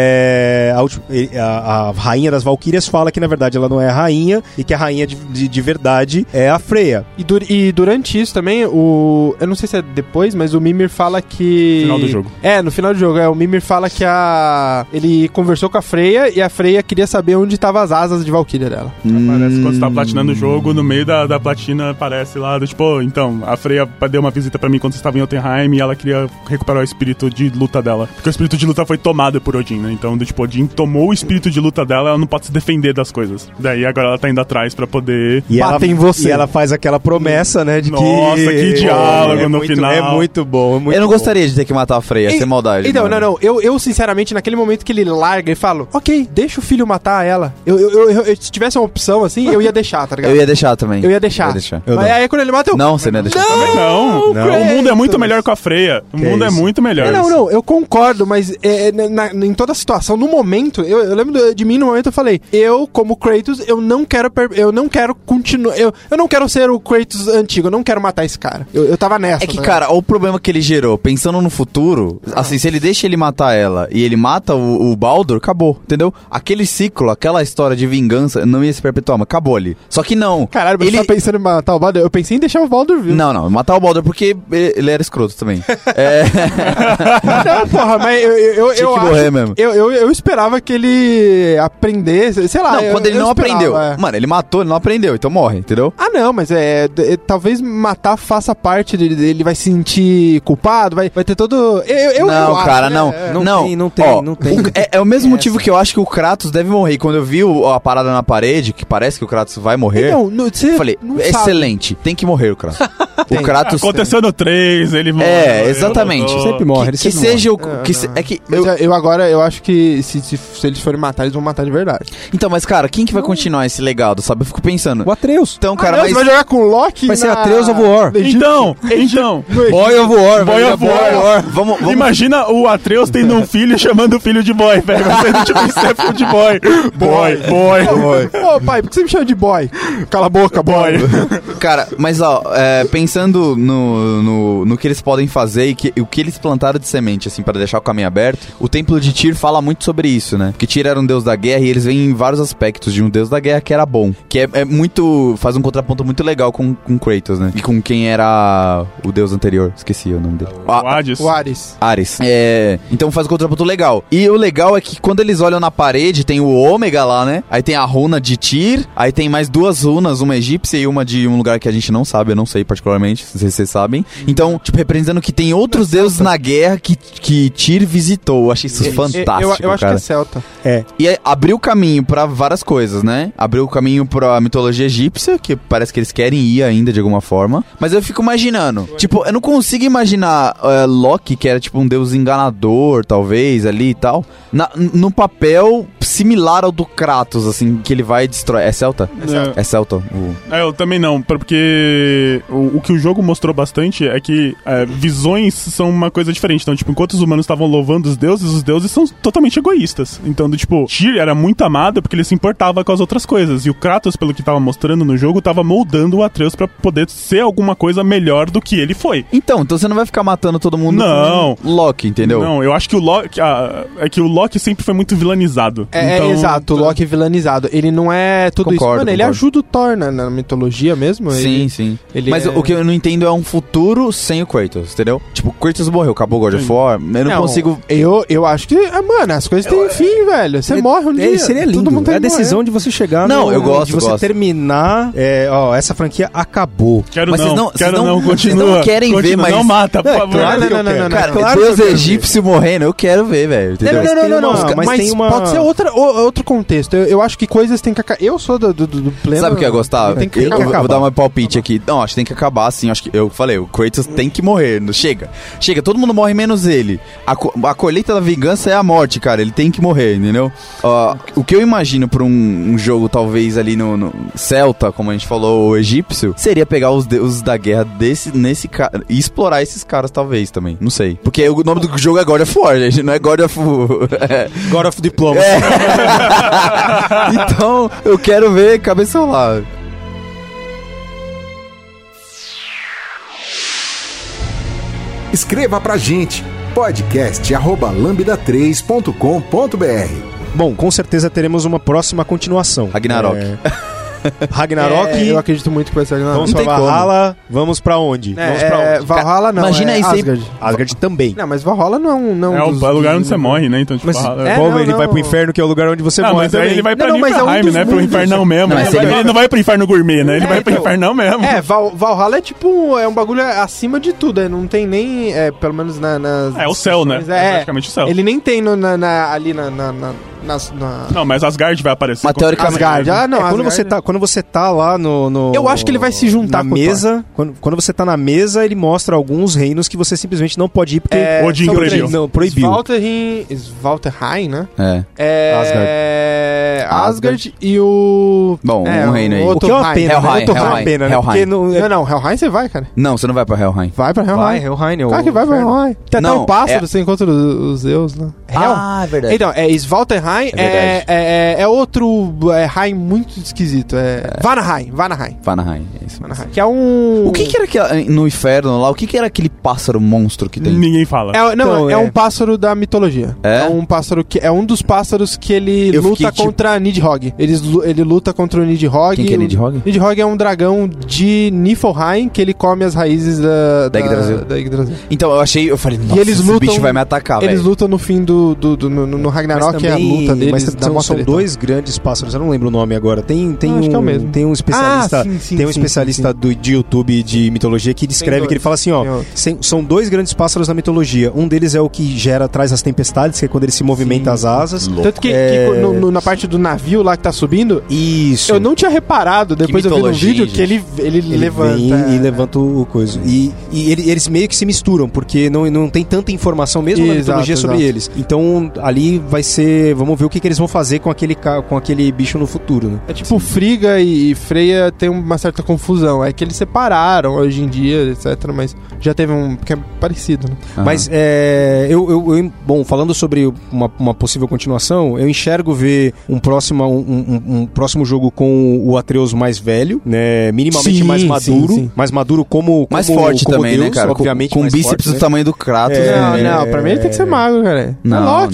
é, a, ulti- a- a rainha das Valkyrias fala que na verdade ela não é a rainha e que a rainha de, de, de verdade é a Freya. E, dur- e durante isso também, o. Eu não sei se é depois, mas o Mimir fala que. Final do jogo. É, no final do jogo. É, o Mimir fala que a. Ele conversou com a Freya e a Freya queria saber onde estavam as asas de Valkyria dela. Parece quando você tá Hum. platinando o jogo, no meio da, da platina aparece lá, do tipo, "Oh, então, a Freya deu uma visita pra mim quando você estava em Jotunheim e ela queria recuperar o espírito de luta dela. Porque o espírito de luta foi tomado por Odin, né? Então, do tipo, Odin tomou o espírito de luta dela, ela não pode se defender das coisas. Daí agora ela tá indo atrás pra poder... E ela, Bate em você. e ela faz aquela promessa, né? De Nossa, que. que diálogo é no muito, final. É muito bom. É muito Eu não bom. gostaria de ter que matar a Freya, E- sem maldade. Então, mano. não, não. Eu, eu, sinceramente, naquele momento que ele larga e falo, ok, deixa o filho matar ela. Eu, eu, eu- eu- se tivesse uma opção assim, eu ia deixar, tá ligado? Eu ia deixar também. Eu ia deixar. Eu ia deixar. Eu Mas não. aí quando ele mata, eu. Não, você não ia deixar. Também não. Não. O mundo é muito Kratos. melhor com a Freya. O Que mundo é isso. muito melhor. É, não, não, eu concordo, mas é, na- na- em toda a situação, no momento, eu, eu lembro de, de mim no momento eu falei, eu, como Kratos, eu não quero per- eu não quero continuar, eu, eu não quero ser o Kratos antigo, eu não quero matar esse cara. Eu, eu tava nessa. É que, tá cara, o problema que ele gerou, pensando no futuro, assim, se ele deixa ele matar ela e ele mata o, o Baldur, acabou, entendeu? Aquele ciclo, aquela história de vingança não ia se perpetuar, mas acabou ali. Só que não. Caralho, mas ele... você tá pensando em matar o Baldur? Eu pensei em deixar o Baldur vivo. Não, não, matar o Baldur porque ele era escroto também. É, Não, porra, mas eu, eu, eu, Tinha eu que acho- morrer mesmo. Eu, eu, eu esperava que ele aprendesse, sei lá. não, eu- quando ele eu não esperava, aprendeu. é. Mano, ele matou, ele não aprendeu, então morre, entendeu? Ah, não, mas é, é, talvez matar faça parte dele, ele vai se sentir culpado, vai, vai ter todo. Eu, eu, não, eu acho, cara, né? não. É. Não não tem, não tem, Ó, não tem. o- é, é o mesmo motivo que eu acho que o Kratos deve morrer. Quando eu vi o- a parada na parede, que parece que o Kratos vai morrer, Então, no, você eu falei, não sabe. excelente, tem que morrer o Kratos. o Kratos... Aconteceu no três, ele morreu. É, exatamente. voltou. Sempre morre, ele que, que sempre morre. seja o... É, que se- é que Mas eu- eu, eu agora, eu acho que se, se, se eles forem matar, eles vão matar de verdade. Então, mas cara, quem que vai continuar esse legado, sabe? Eu fico pensando. O Atreus. Então, Cara, cara, ah, não, mas... você vai jogar com o Loki Vai ser na- Atreus of War. no Egito? Então, então. No Egito. Boy of War. Boy vai of virar War. Vamos, vamos... Imagina o Atreus tendo um filho chamando o filho de boy, velho. Vai ser tipo inception de boy. Boy, boy, boy. Ô, pai, por que você me chama de boy? Cala a boca, boy. Cara, mas ó, é, pensando no, no, no que eles podem fazer e que, o que eles plantaram de semente, assim, para deixar o caminho aberto, o Templo de Tyr fala muito sobre isso, né? Porque Tyr era um deus da guerra e eles veem em vários aspectos de um deus da guerra que era bom. Que é, é muito... faz um contraponto muito legal com, com Kratos, né? E com quem era o deus anterior. Esqueci o nome dele. O Hades. O Ares. Ares. É, então faz um contraponto legal. E o legal é que quando eles olham na parede, tem o ômega lá, né? Aí tem a runa de Tyr, aí tem mais duas duas runas, uma egípcia e uma de um lugar que a gente não sabe, eu não sei particularmente, não sei se vocês sabem. Então, tipo, representando que tem outros deuses na guerra que, que Tyr visitou. Eu achei isso Eu, fantástico, eu acho cara. que é celta. É. E aí, abriu caminho pra várias coisas, né? Abriu caminho pra mitologia egípcia, que parece que eles querem ir ainda de alguma forma. Mas eu fico imaginando. Tipo, eu não consigo imaginar uh, Loki, que era tipo um deus enganador, talvez, ali e tal, na, no papel similar ao do Kratos, assim, que ele vai e destrói. É celta? É celta. É celta. O... É, eu também não, porque o, o que o jogo mostrou bastante é que é, visões são uma coisa diferente. Então, tipo, enquanto os humanos estavam louvando os deuses, os deuses são totalmente egoístas. Então, do, tipo, Tyr era muito amado porque ele se importava com as outras coisas. E o Kratos, pelo que tava mostrando no jogo, tava moldando o Atreus pra poder ser alguma coisa melhor do que ele foi. Então, então você não vai ficar matando todo mundo Não. com Loki, entendeu? Não, eu acho que o Loki... Ah, é que o Loki sempre foi muito vilanizado. É, então, é exato, o Loki vilanizado. Ele não é tudo Concordo, isso. Mano, ele concordo. ajuda o Thor na, na mitologia mesmo. Sim, ele, sim. ele Mas é... o que eu não entendo é um futuro sem o Kratos, entendeu? Tipo, o Kratos morreu, acabou o God of War, eu não, consigo... Eu, eu acho que, ah, mano, as coisas têm fim, velho. Você É- morre um é, dia. seria lindo. Todo mundo tem É a que morrer. decisão de você chegar Não, no, eu gosto, de você gosto. terminar. É, ó, essa franquia acabou. Quero Mas não, vocês não- vocês quero não- não, vocês continua. não querem ver, continua, mas- Não mata, por É, favor. claro Não, que não, eu não, quero. não, não. Cara, Claro Deus que eu quero egípcio morrendo, eu quero ver, velho. Entendeu? Não, não, não, tem não, não, uma- não. mas Mas, tem uma- pode ser outra, o- outro contexto. Eu, eu acho que coisas têm que acabar. Eu sou do, do, do pleno. Sabe o que eu ia gostar? Tem que eu, eu acabar. vou dar uma palpite aqui. Não, acho que tem que acabar, assim. Acho que eu falei, o Kratos tem que morrer. não- Chega. Chega, todo mundo morre menos ele. A, co- a colheita da vingança é a morte, cara. Ele tem que morrer, entendeu? Ó, o que eu imagino pra um, um jogo, talvez, ali no, no Celta, como a gente falou, ou egípcio, seria pegar os deuses da guerra desse, nesse cara e explorar esses caras, talvez, também. Não sei. Porque o nome do jogo é God of War, gente. Não é God of... God of Diploma. É. Então, eu quero ver cabeça lá. Escreva pra gente, podcast arroba lambda três ponto com ponto b r. Bom, com certeza teremos uma próxima continuação. Ragnarok. É... Ragnarok. É, eu acredito muito que vai ser Ragnarok. Vamos Não pra tem Valhalla. Vamos pra onde? É, Vamos pra é, onde? Valhalla não, Imagina é aí, você- Asgard. Asgard também. Não, mas Valhalla não é um... Não É o dos- é o lugar dos- onde você morre, né? Então, tipo, Mas ah, é, como não, ele não. vai pro inferno, que é o lugar onde você Não, morre mas aí também. ele vai pra Não, não, mas é um Niflheim, dos né? Pro mundos. infernão mesmo. Não, mas ele, ele vai- vai- ele não vai pro inferno gourmet, né? Ele É, vai pro então. infernão mesmo. É, Val, Valhalla é tipo... É um bagulho acima de tudo. É, não tem nem... É, pelo menos na, nas... É o céu, né? É, É praticamente o céu. Ele nem tem no, na, na- ali na... na, na, nas- na- Não, mas Asgard vai aparecer. Mas com teoricamente- Asgard. Ah, não, É, quando, Asgard- você tá, quando você tá lá no, no- Eu acho que ele vai se juntar na com o mesa. Quando, quando você tá na mesa, ele mostra alguns reinos que você simplesmente não pode ir porque É, Odin são proibiu. três. Não, proibiu. Svalterheim, Svalterheim, né? É. É... Asgard. Asgard e o... Bom, é, um reino aí. O que é uma Helheim. pena, né? Helheim, O que é uma Helheim, pena, né? Helheim. Porque não, Não, não, Helheim você vai, cara. Não, você não vai pra Helheim. Vai pra Helheim. vai, Helheim. é o Claro que vai pra inferno. Helheim. Tem até Não, um pássaro, é- você encontra os, os Zeus, né? Ah, é verdade. Então, é Svalterheim, É é, verdade. é, é outro é, Heim muito esquisito. É, Vanaheim, Vanaheim. Vanaheim, é isso. Vanaheim. Que é um... O que que era aquele, no inferno lá, o que que era aquele pássaro monstro que tem? Ninguém fala. É, não, Então, é, é. um pássaro da mitologia. É? um pássaro que é um dos pássaros que ele Eu luta fiquei, tipo- contra Nidhogg. Eles, lu- ele luta contra o Nidhogg. Quem que é Nidhogg? Nidhogg é um dragão de Niflheim que ele come as raízes da Da Yggdrasil. da Yggdrasil. Então, eu achei, eu falei, nossa, E eles esse lutam- bicho vai me atacar, Eles velho. lutam no fim do, do, do- no, no Mas Ragnarok, também, é a luta deles. mas dá são, mó são treta. dois grandes pássaros, eu não lembro o nome agora. Tem, tem, Ah, um, acho que é o mesmo. tem um especialista, Ah, sim, sim, tem um sim, especialista sim, sim. Do, de YouTube de mitologia que descreve, dois. que ele fala assim, ó, Tem outro. sem- são dois grandes pássaros na mitologia. Um deles é o que gera, traz as tempestades, que é quando ele se movimenta Sim. as asas. Tanto que, É. que no- no- na parte do navio lá que tá subindo, Isso. eu não tinha reparado, depois eu vi no mitologia, vídeo, gente. que ele, ele, Ele levanta. vem é. e levanta o coisa. E, e ele- eles meio que se misturam, porque não, não tem tanta informação mesmo na Exato, mitologia sobre exato. eles. Então, ali vai ser... Vamos ver o que, que eles vão fazer com aquele, ca- com aquele bicho no futuro, né? É tipo, Frigga e Freya tem uma certa confusão. É que eles separaram hoje em dia, etcétera. Mas já teve um... que é parecido, né? Aham. Mas, é, eu, eu, eu- bom, falando sobre uma, uma possível continuação, eu enxergo ver um próximo, um, um- um próximo jogo com o Atreus mais velho, né? Minimamente Sim, mais maduro. sim, sim. Mais maduro como, mais como- forte como também, Deus, né, cara? Com- Obviamente com mais bíceps forte, do né? tamanho do Kratos. É, né? não, é, não, pra mim ele tem que ser magro, cara. Não, é Loki. não.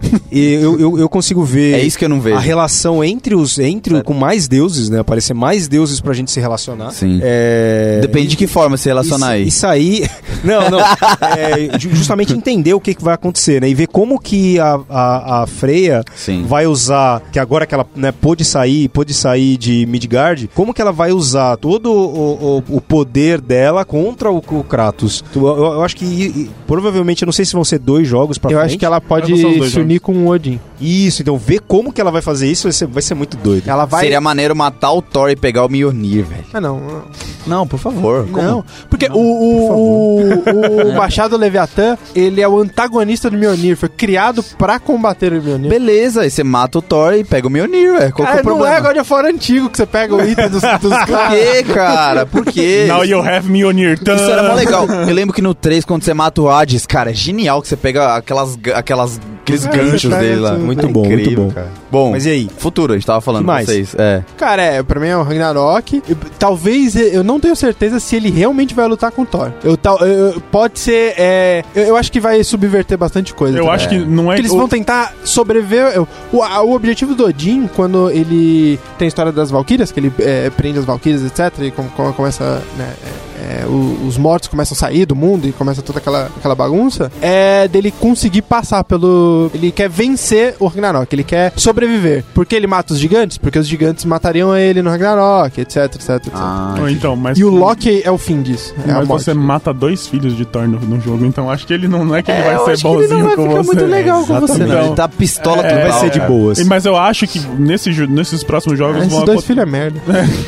E eu, eu, eu consigo ver É isso que eu não vejo. a relação entre os entre o, com mais deuses, né? Aparecer mais deuses pra gente se relacionar. Sim. É... Depende de que forma se relacionar aí. Isso aí. Não, não. É, ju- justamente entender o que, que vai acontecer, né? E ver como que a, a, a Freya Sim. vai usar, que agora que ela, né, pôde sair, pôde sair de Midgard, como que ela vai usar todo o, o, o poder dela contra o, o Kratos. Eu, eu, eu acho que e, e, provavelmente, eu não sei se vão ser dois jogos pra Eu frente. acho que ela pode Mas não são os dois se unir com o Odin. Isso, então ver como que ela vai fazer isso vai ser, vai ser muito doido. Ela vai... Seria maneiro matar o Thor e pegar o Mjolnir, velho. Ah, não. não. Não, por favor. Como? Não, porque o, o, o, o Machado Leviatã, ele é o antagonista do Mjolnir, foi criado pra combater o Mjolnir. Beleza, aí você mata o Thor e pega o Mjolnir, velho. Qual que é Cara, o não problema? é God of War antigo que você pega o item dos, dos Por caras. quê, cara? Por quê? Now you have Mjolnir. Isso era mó legal. Eu lembro que no três, quando você mata o Hades, cara, é genial que você pega aquelas, aquelas, aqueles É, ganchos você pega dele lá. tudo. Muito É bom, muito incrível, bom. cara. Bom, Mas e aí? futuro, a gente tava falando Que com mais? vocês. É. Cara, é, pra mim é o Ragnarok. Eu- talvez, eu não tenho certeza se ele realmente vai lutar com o Thor. Eu, tal, eu- eu- pode ser, é, eu, eu acho que vai subverter bastante coisa. Eu também. acho que não é... Porque eles o- vão tentar sobreviver. eu- O, a- o objetivo do Odin, quando ele tem a história das Valkyrias, que ele é, prende as Valkyrias, etcétera, e com- com- começa, né, é, é, o- os mortos começam a sair do mundo e começa toda aquela, aquela bagunça, é dele conseguir passar pelo... Ele quer vencer o Ragnarok, ele quer sobreviver. Por que ele mata os gigantes? Porque os gigantes matariam ele no Ragnarok, etc, etc, etc. Ah, Ou então, mas... E o Loki é o fim disso. É a Mas morte. você mata dois filhos de Thor no, no jogo, então acho que ele não, não é que ele É, vai eu ser acho que ele bonzinho não vai com ficar você. muito legal com você, Exatamente. não. Ele tá pistola É, total. vai ser de cara. boas. E- Mas eu acho que nesse, ju- nesses próximos jogos Esses vão dois acon- filhos é merda.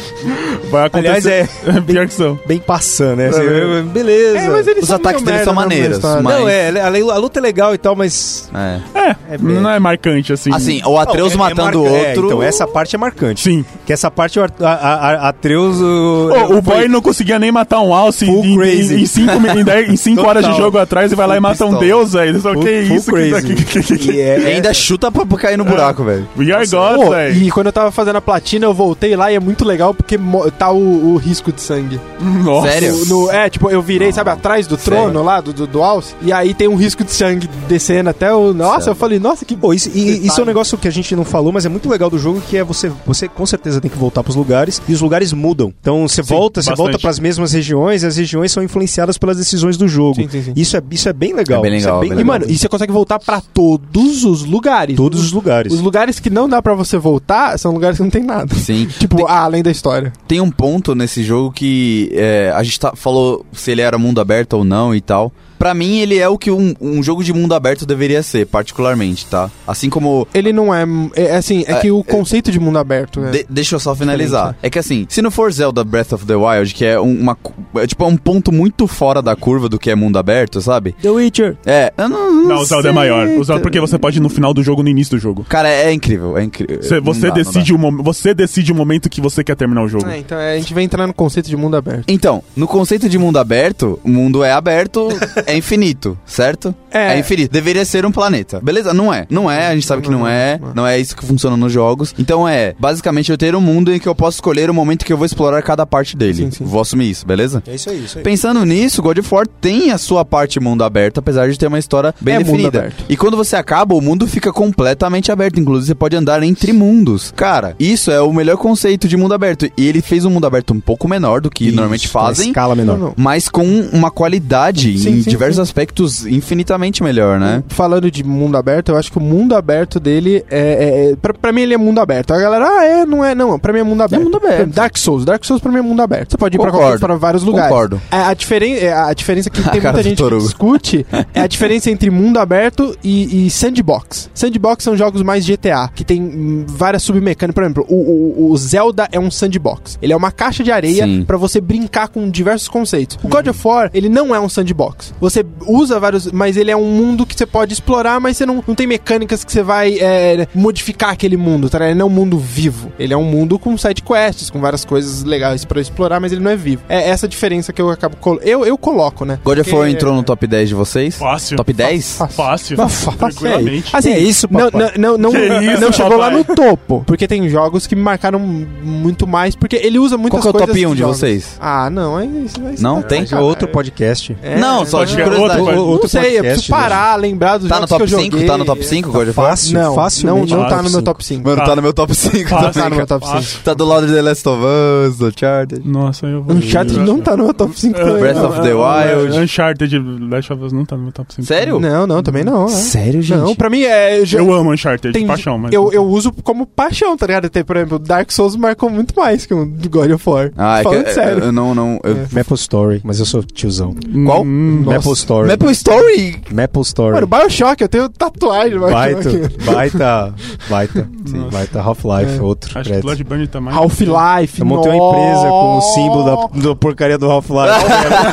vai acontecer... Aliás, é Pior que são. bem passando, né? Assim, É. beleza. É, mas eles Os são ataques meio deles são merda na maneiros, história. mas- Não, é, a, a luta é legal e tal, mas... É. É, É não é marcante assim. Assim, o Atreus Não, é- é matando o marca- é, outro. então, essa parte é marcante. Sim. Que essa parte, o Ar- a, a, a Atreus... O, Ô, o foi- boy não conseguia nem matar um alce Full em, crazy. em, em cinco, mi- em dez- em cinco Total. horas de jogo atrás e vai lá e Full mata um pistola. deus, velho. Só Full- que full isso crazy. que E é- E ainda chuta pra, pra cair no buraco, velho. We are Pô, God, velho. e quando eu tava fazendo a platina, eu voltei lá e é muito legal porque mo- tá o, o risco de sangue. Nossa. Sério? No- no- é, tipo, eu virei, sabe, atrás do trono lá, do, do, do alce, e aí tem um risco de sangue descendo até o... Nossa, Sério? eu falei, nossa, que... Pô, isso, e, isso é um negócio que a gente não falou, mas é muito legal do jogo, que é você, você com certeza tem que voltar pros lugares, e os lugares mudam. Então você Sim, volta, você bastante. volta pras mesmas regiões, e as regiões são influenciadas pelas decisões do jogo. Sim, sim, sim. Isso, é, isso é bem legal. É bem Isso legal, bem E, legal. mano, e você consegue voltar pra todos os lugares. Todos os lugares. Os lugares que não dá pra você voltar são lugares que não tem nada. Sim. Tipo, ah, além da história. Tem um ponto nesse jogo que é, a gente tá, falou se ele era mundo aberto ou não e tal. Pra mim, ele é o que um, um jogo de mundo aberto deveria ser, particularmente, tá? Assim como... Ele não é... É assim, é, É, que o conceito de mundo aberto... É. de- deixa eu só finalizar. Diferente, É que assim, se não for Zelda Breath of the Wild, que é um- uma... cu- É, tipo, é um ponto muito fora da curva do que é mundo aberto, sabe? The Witcher. É, eu não, não Não, o Zelda sei. é maior. O Zelda porque você pode ir no final do jogo, no início do jogo. Cara, é, é incrível, é incrível. Você, Não você dá, não decide dá. o mom- você decide o momento que você quer terminar o jogo. É, então é, a gente vai entrar no conceito de mundo aberto. Então, no conceito de mundo aberto, o mundo é aberto, é infinito, certo? É. É infinito. Deveria ser um planeta. Beleza? Não é. Não é, a gente sabe que não é. Não é isso que funciona nos jogos. Então é, basicamente, eu ter um mundo em que eu posso escolher o momento que eu vou explorar cada parte dele. Sim, sim. Vou assumir isso, beleza? É isso aí, isso aí. Pensando nisso, God of War tem a sua parte mundo aberto, apesar de ter uma história bem É mundo definida. aberto. E quando você acaba, o mundo fica completamente aberto. Inclusive, você pode andar entre mundos. Cara, isso é o melhor conceito de mundo aberto. E ele fez um mundo aberto um pouco menor do que Isso, normalmente uma fazem. escala menor. Não, não. Mas com uma qualidade Sim, em sim, diversos sim. aspectos infinitamente melhor, né? Falando de mundo aberto, eu acho que o mundo aberto dele é... é, é pra, pra mim ele é mundo aberto. A galera, ah, é, não é, não. Pra mim é mundo aberto. mundo aberto. Dark Souls. Dark Souls pra mim é mundo aberto. Você pode ir pra, Concordo. qualquer, pra vários lugares. Concordo. É, a, diferen, é, a diferença que tem cara muita do gente que Torugo. discute é a diferença entre mundo aberto e, e sandbox. Sandbox são jogos mais G T A, que tem hum, várias submecânicas. Por exemplo, o, o, o Zelda é um sandbox. Ele é uma caixa de areia Sim. pra você brincar com diversos conceitos. O God of War, ele não é um sandbox. Você usa vários, mas ele é um mundo que você pode explorar, mas você não, não tem mecânicas que você vai é, modificar aquele mundo, tá? Ele não é um mundo vivo. Ele é um mundo com side quests, com várias coisas legais pra explorar, mas ele não é vivo. É essa diferença que eu acabo... Colo eu, eu coloco, né? God of Porque- War entrou no top dez de vocês? Fácil. Top dez? Fácil. Fácil. Mas fa- Tranquilamente. Assim, É isso, não, papai. não, não, não, Que isso, não chegou lá papai. no topo. Porque tem jogos que me marcaram muito mais, porque ele usa muitas Qual que é o coisas top um de jogos. vocês? Ah, não, é isso. É isso Não? tá- Tem? Esse é outro podcast. É, Não, só é, de que é curiosidade. outra coisa. Outro Não sei, eu podcast, preciso parar, lembrar dos Tá no jogos que eu top joguei. cinco? Tá no top cinco, God of War? Fácil, Não, facilmente. não, não tá no meu cinco. top cinco. Mano, Tá. tá no meu top cinco. Não também, tá no meu cara. top cinco. Tá do lado de The Last of Us, do Uncharted. Nossa, eu vou... Uncharted não tá no meu top cinco também. Breath não. of the Wild. Uncharted Last of Us não tá no meu top cinco. Sério? Não, não, também não. é. Sério, gente? Não, pra mim é... já- Eu amo Uncharted, tem- de paixão, mas... eu, eu uso como paixão, tá ligado? Tem, por exemplo, Dark Souls marcou muito mais que o do God of War. Ah, é que Falando eu, sério. eu não... não eu... Maple Story, mas eu sou tiozão. Qual? Hum, Maple Story. Maple Story? Maple Story. Mano, Bioshock, eu tenho tatuagem do Baita, Bioshock. baita, baita, sim, Nossa. baita Half-Life, É. outro. Acho que credo. Bloodborne tá mais... Half-Life, Eu montei uma empresa com o símbolo da, da porcaria do Half-Life.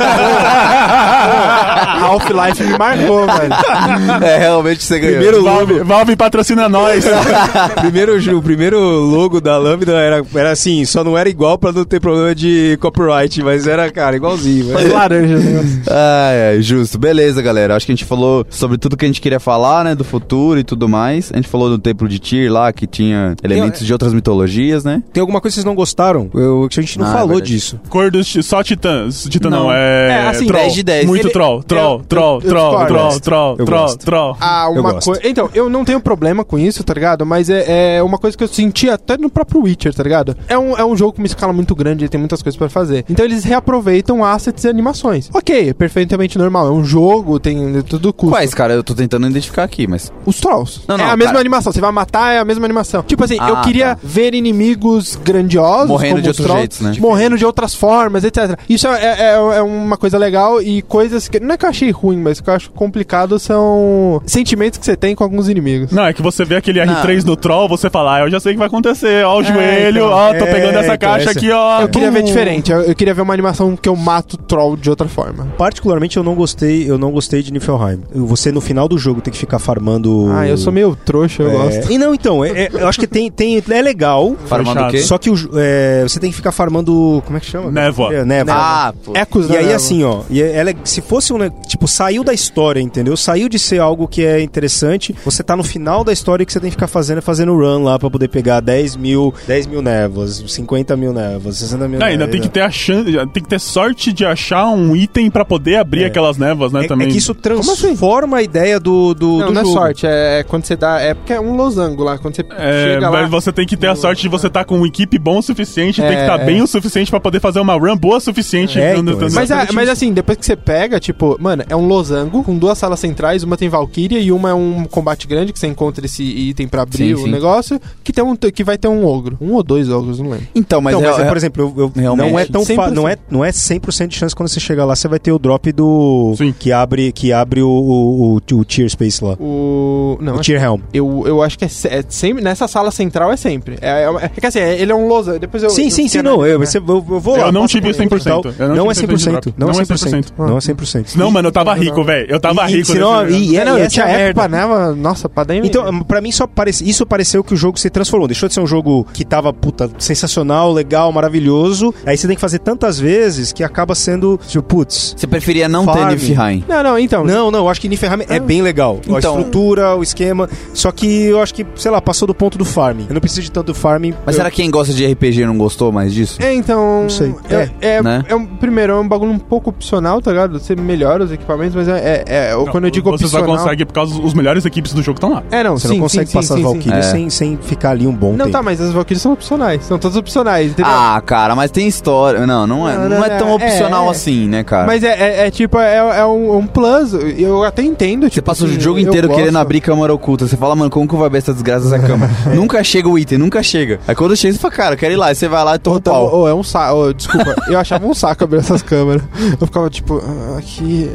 Half-Life me marcou, velho. É, realmente você ganhou. Primeiro Valve, Valve patrocina nós. primeiro, o primeiro logo da Lambda era, era assim, só não era igual pra não ter problema de copyright, mas era, cara, igualzinho. Mas laranja o negócio. Ah, é, justo. Beleza, galera. Acho que a gente falou sobre tudo que a gente queria falar, né? Do futuro e tudo mais. A gente falou do templo de Tyr lá, que tinha elementos de outras mitologias, né? Tem alguma coisa que vocês não gostaram? Eu, a gente não Ah, é falou verdade. disso. Cor dos... Só titãs. Titã não, Não. é... É, assim, troll. dez de dez. Muito Ele- troll, troll, eu- troll, eu- eu troll, discordo. troll, troll, Eu troll, gosto. troll. Ah, Eu uma gosto. coisa. Então, eu não tenho problema com isso, tá ligado? Mas é, é uma coisa que eu senti até no próprio Witcher, tá ligado? É um, é um jogo com uma escala muito grande e tem muitas coisas pra fazer. Então eles reaproveitam assets e animações. Ok, é perfeitamente normal. É um jogo, tem tudo custo. Quais, cara? Eu tô tentando identificar aqui, mas... Os Trolls. Não, não, é a mesma cara. animação. Você vai matar, é a mesma animação. Tipo assim, Ah, eu queria tá. ver inimigos grandiosos. Morrendo como de os outros Trolls, jeitos, né? Morrendo de outras formas, etcétera. Isso é, é, é uma coisa legal e coisas que... Não é que eu achei ruim, mas que eu acho complicado são sentimentos que você tem com alguns inimigos. Não, é que você vê aquele Não. R três no troll, você fala, ah, eu já sei o que vai acontecer. Ó o É, joelho, então. ó, tô É, pegando essa então, caixa essa- aqui, ó. Eu queria ver Bum. diferente. Eu, eu queria ver uma animação que eu mato o troll de outra forma. Particularmente eu não gostei, eu não gostei de Niflheim. Você no final do jogo tem que ficar farmando. Ah, eu sou meio trouxa, eu É, gosto. E não, então, é- é- eu acho que tem, tem é legal. Farmando o quê? Só que o, jo- é, você tem que ficar farmando. Como é que chama? Névoa. É, névoa. Ah, pô. Ecos, E né, aí, Eva? assim, ó, e ela, se fosse um. ne- Tipo, saiu da história, entendeu? Saiu de ser algo que é interessante. Você tá no final da história que você tem que ficar fazendo, fazendo run lá pra poder pegar dez mil, dez mil névoas, cinquenta mil névoas, sessenta mil Não, ainda névoas. tem que ter a chance, tem que ter sorte de achar um item pra poder abrir É. aquelas névoas, né, É, também. é que isso Como assim? transforma a ideia do, do, Não, do não é jogo. sorte, é, é quando você dá. É porque é um losango lá. Quando você É, chega lá. mas você tem que ter a sorte de você estar com uma equipe bom o suficiente, tem que É, estar é. bem o suficiente pra poder fazer uma run boa o suficiente. É, quando- então, quando- Mas, é- exatamente mas isso. assim, depois que você pega, tipo, mano, é um losango com duas salas centrais, uma tem Valkyria e uma é um combate grande que você encontra esse item pra abrir Sim, o sim. negócio, que, tem um, que vai ter um ogro. Um ou dois ogros, não lembro. Então, mas, Então, mas é, é, por exemplo, eu, eu- realmente. não é tão cem por fa- cento. não é não é cem por cento de chance quando você chegar lá, você vai ter o drop do Sim. que abre que abre o o, o, o tier space lá. O. Não, O tier helm. eu, eu acho que é, se- é sempre. Nessa sala central é sempre. É, é, é que assim, é- ele é um losango. Depois eu. Sim, eu sim, sim, fiquei não, eu, né? você- eu, eu vou lá. Eu não posso tive ver cem por cento. tal. Eu não Não é tive cem por cento, não é cem por cento, não é cem por cento. Não, mano, eu tava rico, velho. Eu tava E- e rico. senão- nesse- e- É, não, e eu essa tinha é a época merda. pra neva, nossa, pra nem. Então, pra mim, só parece, isso pareceu que o jogo se transformou. Deixou de ser um jogo que tava, puta, sensacional, legal, maravilhoso. Aí você tem que fazer tantas vezes que acaba sendo, tipo, putz. Você preferia não Farm. ter Niflheim? Não, não, então. Não, não, eu acho que Niflheim é bem legal. A Então- estrutura, o esquema. Só que eu acho que, sei lá, passou do ponto do farm. Eu não preciso de tanto farm. Mas eu... será que quem gosta de R P G não gostou mais disso? É, então. Não sei. É, é, Né? é um, primeiro, é um bagulho um pouco opcional, tá ligado? Você melhora os equipamentos, mas é. é, é Não, quando eu digo você opcional. só consegue por causa dos melhores equipes do jogo estão lá. É, não, Você sim, não consegue sim, passar sim, as sim, Valkyrias sim. sem, sem ficar ali um bom Não, tempo. tá, mas as Valkyrias são opcionais. São todas opcionais, entendeu? Ah, cara, mas tem história. Não, não é, Não, não não, é tão é, opcional é. assim, né, cara? Mas é, é, é tipo, é, é um, um plus. Eu até entendo. Você Tipo, passa o assim, jogo eu inteiro gosto. querendo abrir câmara oculta. Você fala, mano, como que eu vou abrir essa desgraça dessa câmera? Nunca chega o item, nunca chega. Aí quando chega, você fala, cara, eu quero ir lá. Aí você vai lá e toma Ô, o tá, pau. ô, é um saco. Desculpa, eu achava um saco abrir essas câmeras. Eu ficava tipo, ah, aqui.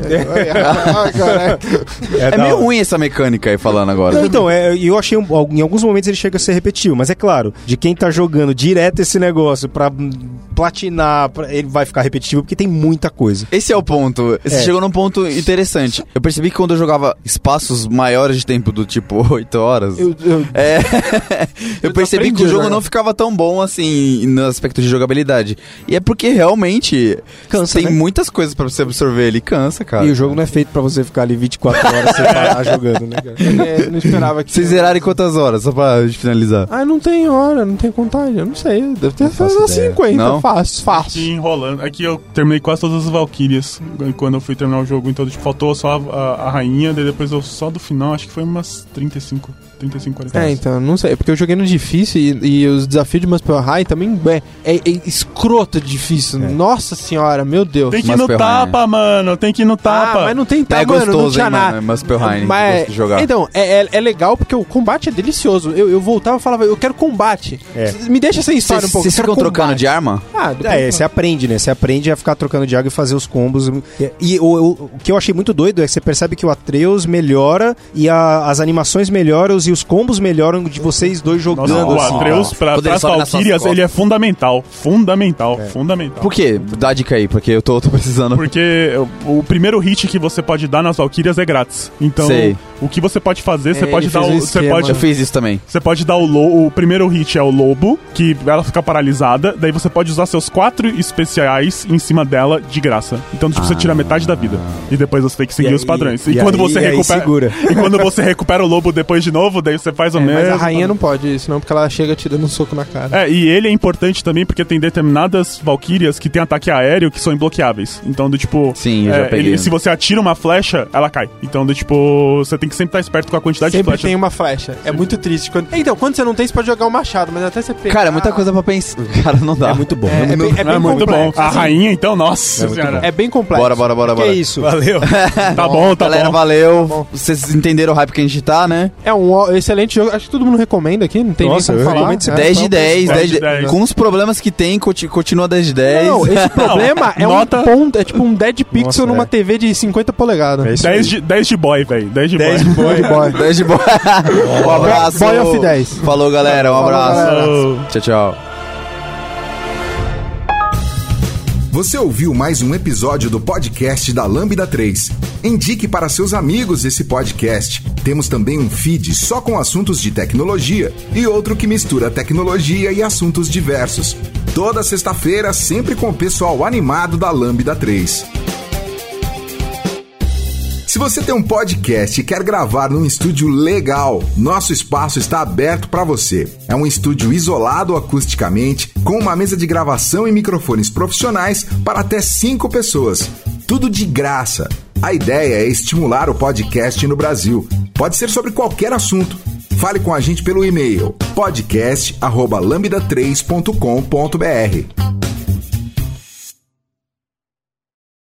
Ah, caraca. É da meio hora. ruim essa mecânica aí falando agora. Não, então, é, eu achei um- em alguns momentos ele chega a ser repetitivo, mas é claro, de quem tá jogando direto esse negócio pra hum, platinar, pra- ele vai ficar repetitivo porque tem muita coisa. Esse é o ponto. Você É. chegou num ponto interessante. Eu percebi que quando eu jogava espaços maiores de tempo, do tipo oito horas, Eu, eu, é, eu Eu percebi que aprendi o a jogo jogar. não ficava tão bom assim no aspecto de jogabilidade. E é porque realmente Cansa, tem né? muitas coisas pra você absorver. Ele cansa, cara. E o jogo não é feito pra você ficar ali vinte e quatro horas sem parar jogando, né, cara? é, não esperava que. Vocês zeraram em quantas horas? Só pra finalizar. Ah, não tem hora, não tem contagem. Eu não sei. Deve ter Não faço umas ideia. cinquenta, Não? Fácil, fácil. E enrolando. Aqui eu terminei quase todas as Valkyrias quando eu fui terminar o jogo. Então, tipo, faltou só a, a, a rainha, daí depois eu só do final, acho que foi umas trinta e cinco, quarenta. É, então, não sei. É porque eu joguei no difícil e, e os desafios de Muspel High também é, é, é escroto de difícil. É. Nossa senhora, meu Deus. Tem que ir no tapa, mano. Tem que ir no tapa. Ah, mas não tem tapa, é mano. Gostoso, não tinha hein, nada. Mano, Muspel High, mas, de jogar. Então, é, é, é legal porque o combate é delicioso. Eu, eu voltava e falava, eu quero combate. É. Me deixa sem história cê, um pouco. Vocês ficam trocando de arma? Ah, é, você aprende, né? Você aprende a ficar trocando de água e fazer os combos. E, e o, o, o que eu achei muito doido é que você percebe que o Atreus melhora e a, as animações melhoram e os combos melhoram de vocês dois jogando. Nossa, o assim, Atreus, pra, pra as Valkyrias, ele é fundamental. Fundamental, é. fundamental. Por quê? Dá a dica aí, porque eu tô, tô precisando. Porque o, o primeiro hit que você pode dar nas Valkyrias é grátis. Então, Sei. o que você pode fazer, você é, pode dar o... Você pode, eu fiz isso também. Você pode dar o lobo. O primeiro hit é o lobo, que ela fica paralisada. Daí você pode usar seus quatro especiais em cima dela de graça. Então, tipo, ah. você tira metade da vida. E depois você tem que seguir e os aí, padrões. E, e quando aí, você e recupera. Segura. E quando você recupera o lobo depois de novo, daí você faz o é, mesmo. Mas a rainha não pode isso, não, porque ela chega te dando um soco na cara. É, e ele é importante também porque tem determinadas Valkyrias que tem ataque aéreo que são imbloqueáveis. Então, do tipo. Sim, eu é, já peguei. Ele, se você atira uma flecha, ela cai. Então, do tipo, você tem que sempre estar esperto com a quantidade sempre de flechas. Sempre tem uma flecha. É muito triste. Quando... Então, quando você não tem, você pode jogar o um machado, mas até você pegar... Cara, é muita coisa pra pensar. Cara, não dá. É muito bom. É, é, é, é bem, é bem é muito bom. A assim, rainha, então, nossa é senhora. É bem complexo. Bora, bora, bora, que bora. Que é isso? Valeu. Tá bom, tá Galera, bom. valeu. Tá bom. Vocês entenderam o hype que a gente tá, né? É um excelente jogo. Acho que todo mundo recomenda aqui. Não tem Nossa, nem como falar. É, dez de dez. dez de dez. Com os problemas que tem, continua dez de dez. Não, esse problema é Nota... um ponto. É tipo um dead pixel Nossa, numa é. T V de cinquenta polegadas. É dez, de, dez de boy, velho. dez de dez boy. De boy. dez de boy. Um abraço. Boy of dez. Falou, galera. Um Falou, abraço. galera. Tchau, tchau. Você ouviu mais um episódio do podcast da Lambda três. Indique para seus amigos esse podcast. Temos também um feed só com assuntos de tecnologia e outro que mistura tecnologia e assuntos diversos. Toda sexta-feira, sempre com o pessoal animado da Lambda três. Se você tem um podcast e quer gravar num estúdio legal, nosso espaço está aberto para você. É um estúdio isolado acusticamente, com uma mesa de gravação e microfones profissionais para até cinco pessoas. Tudo de graça. A ideia é estimular o podcast no Brasil. Pode ser sobre qualquer assunto. Fale com a gente pelo e-mail podcast arroba lambda três ponto com ponto br.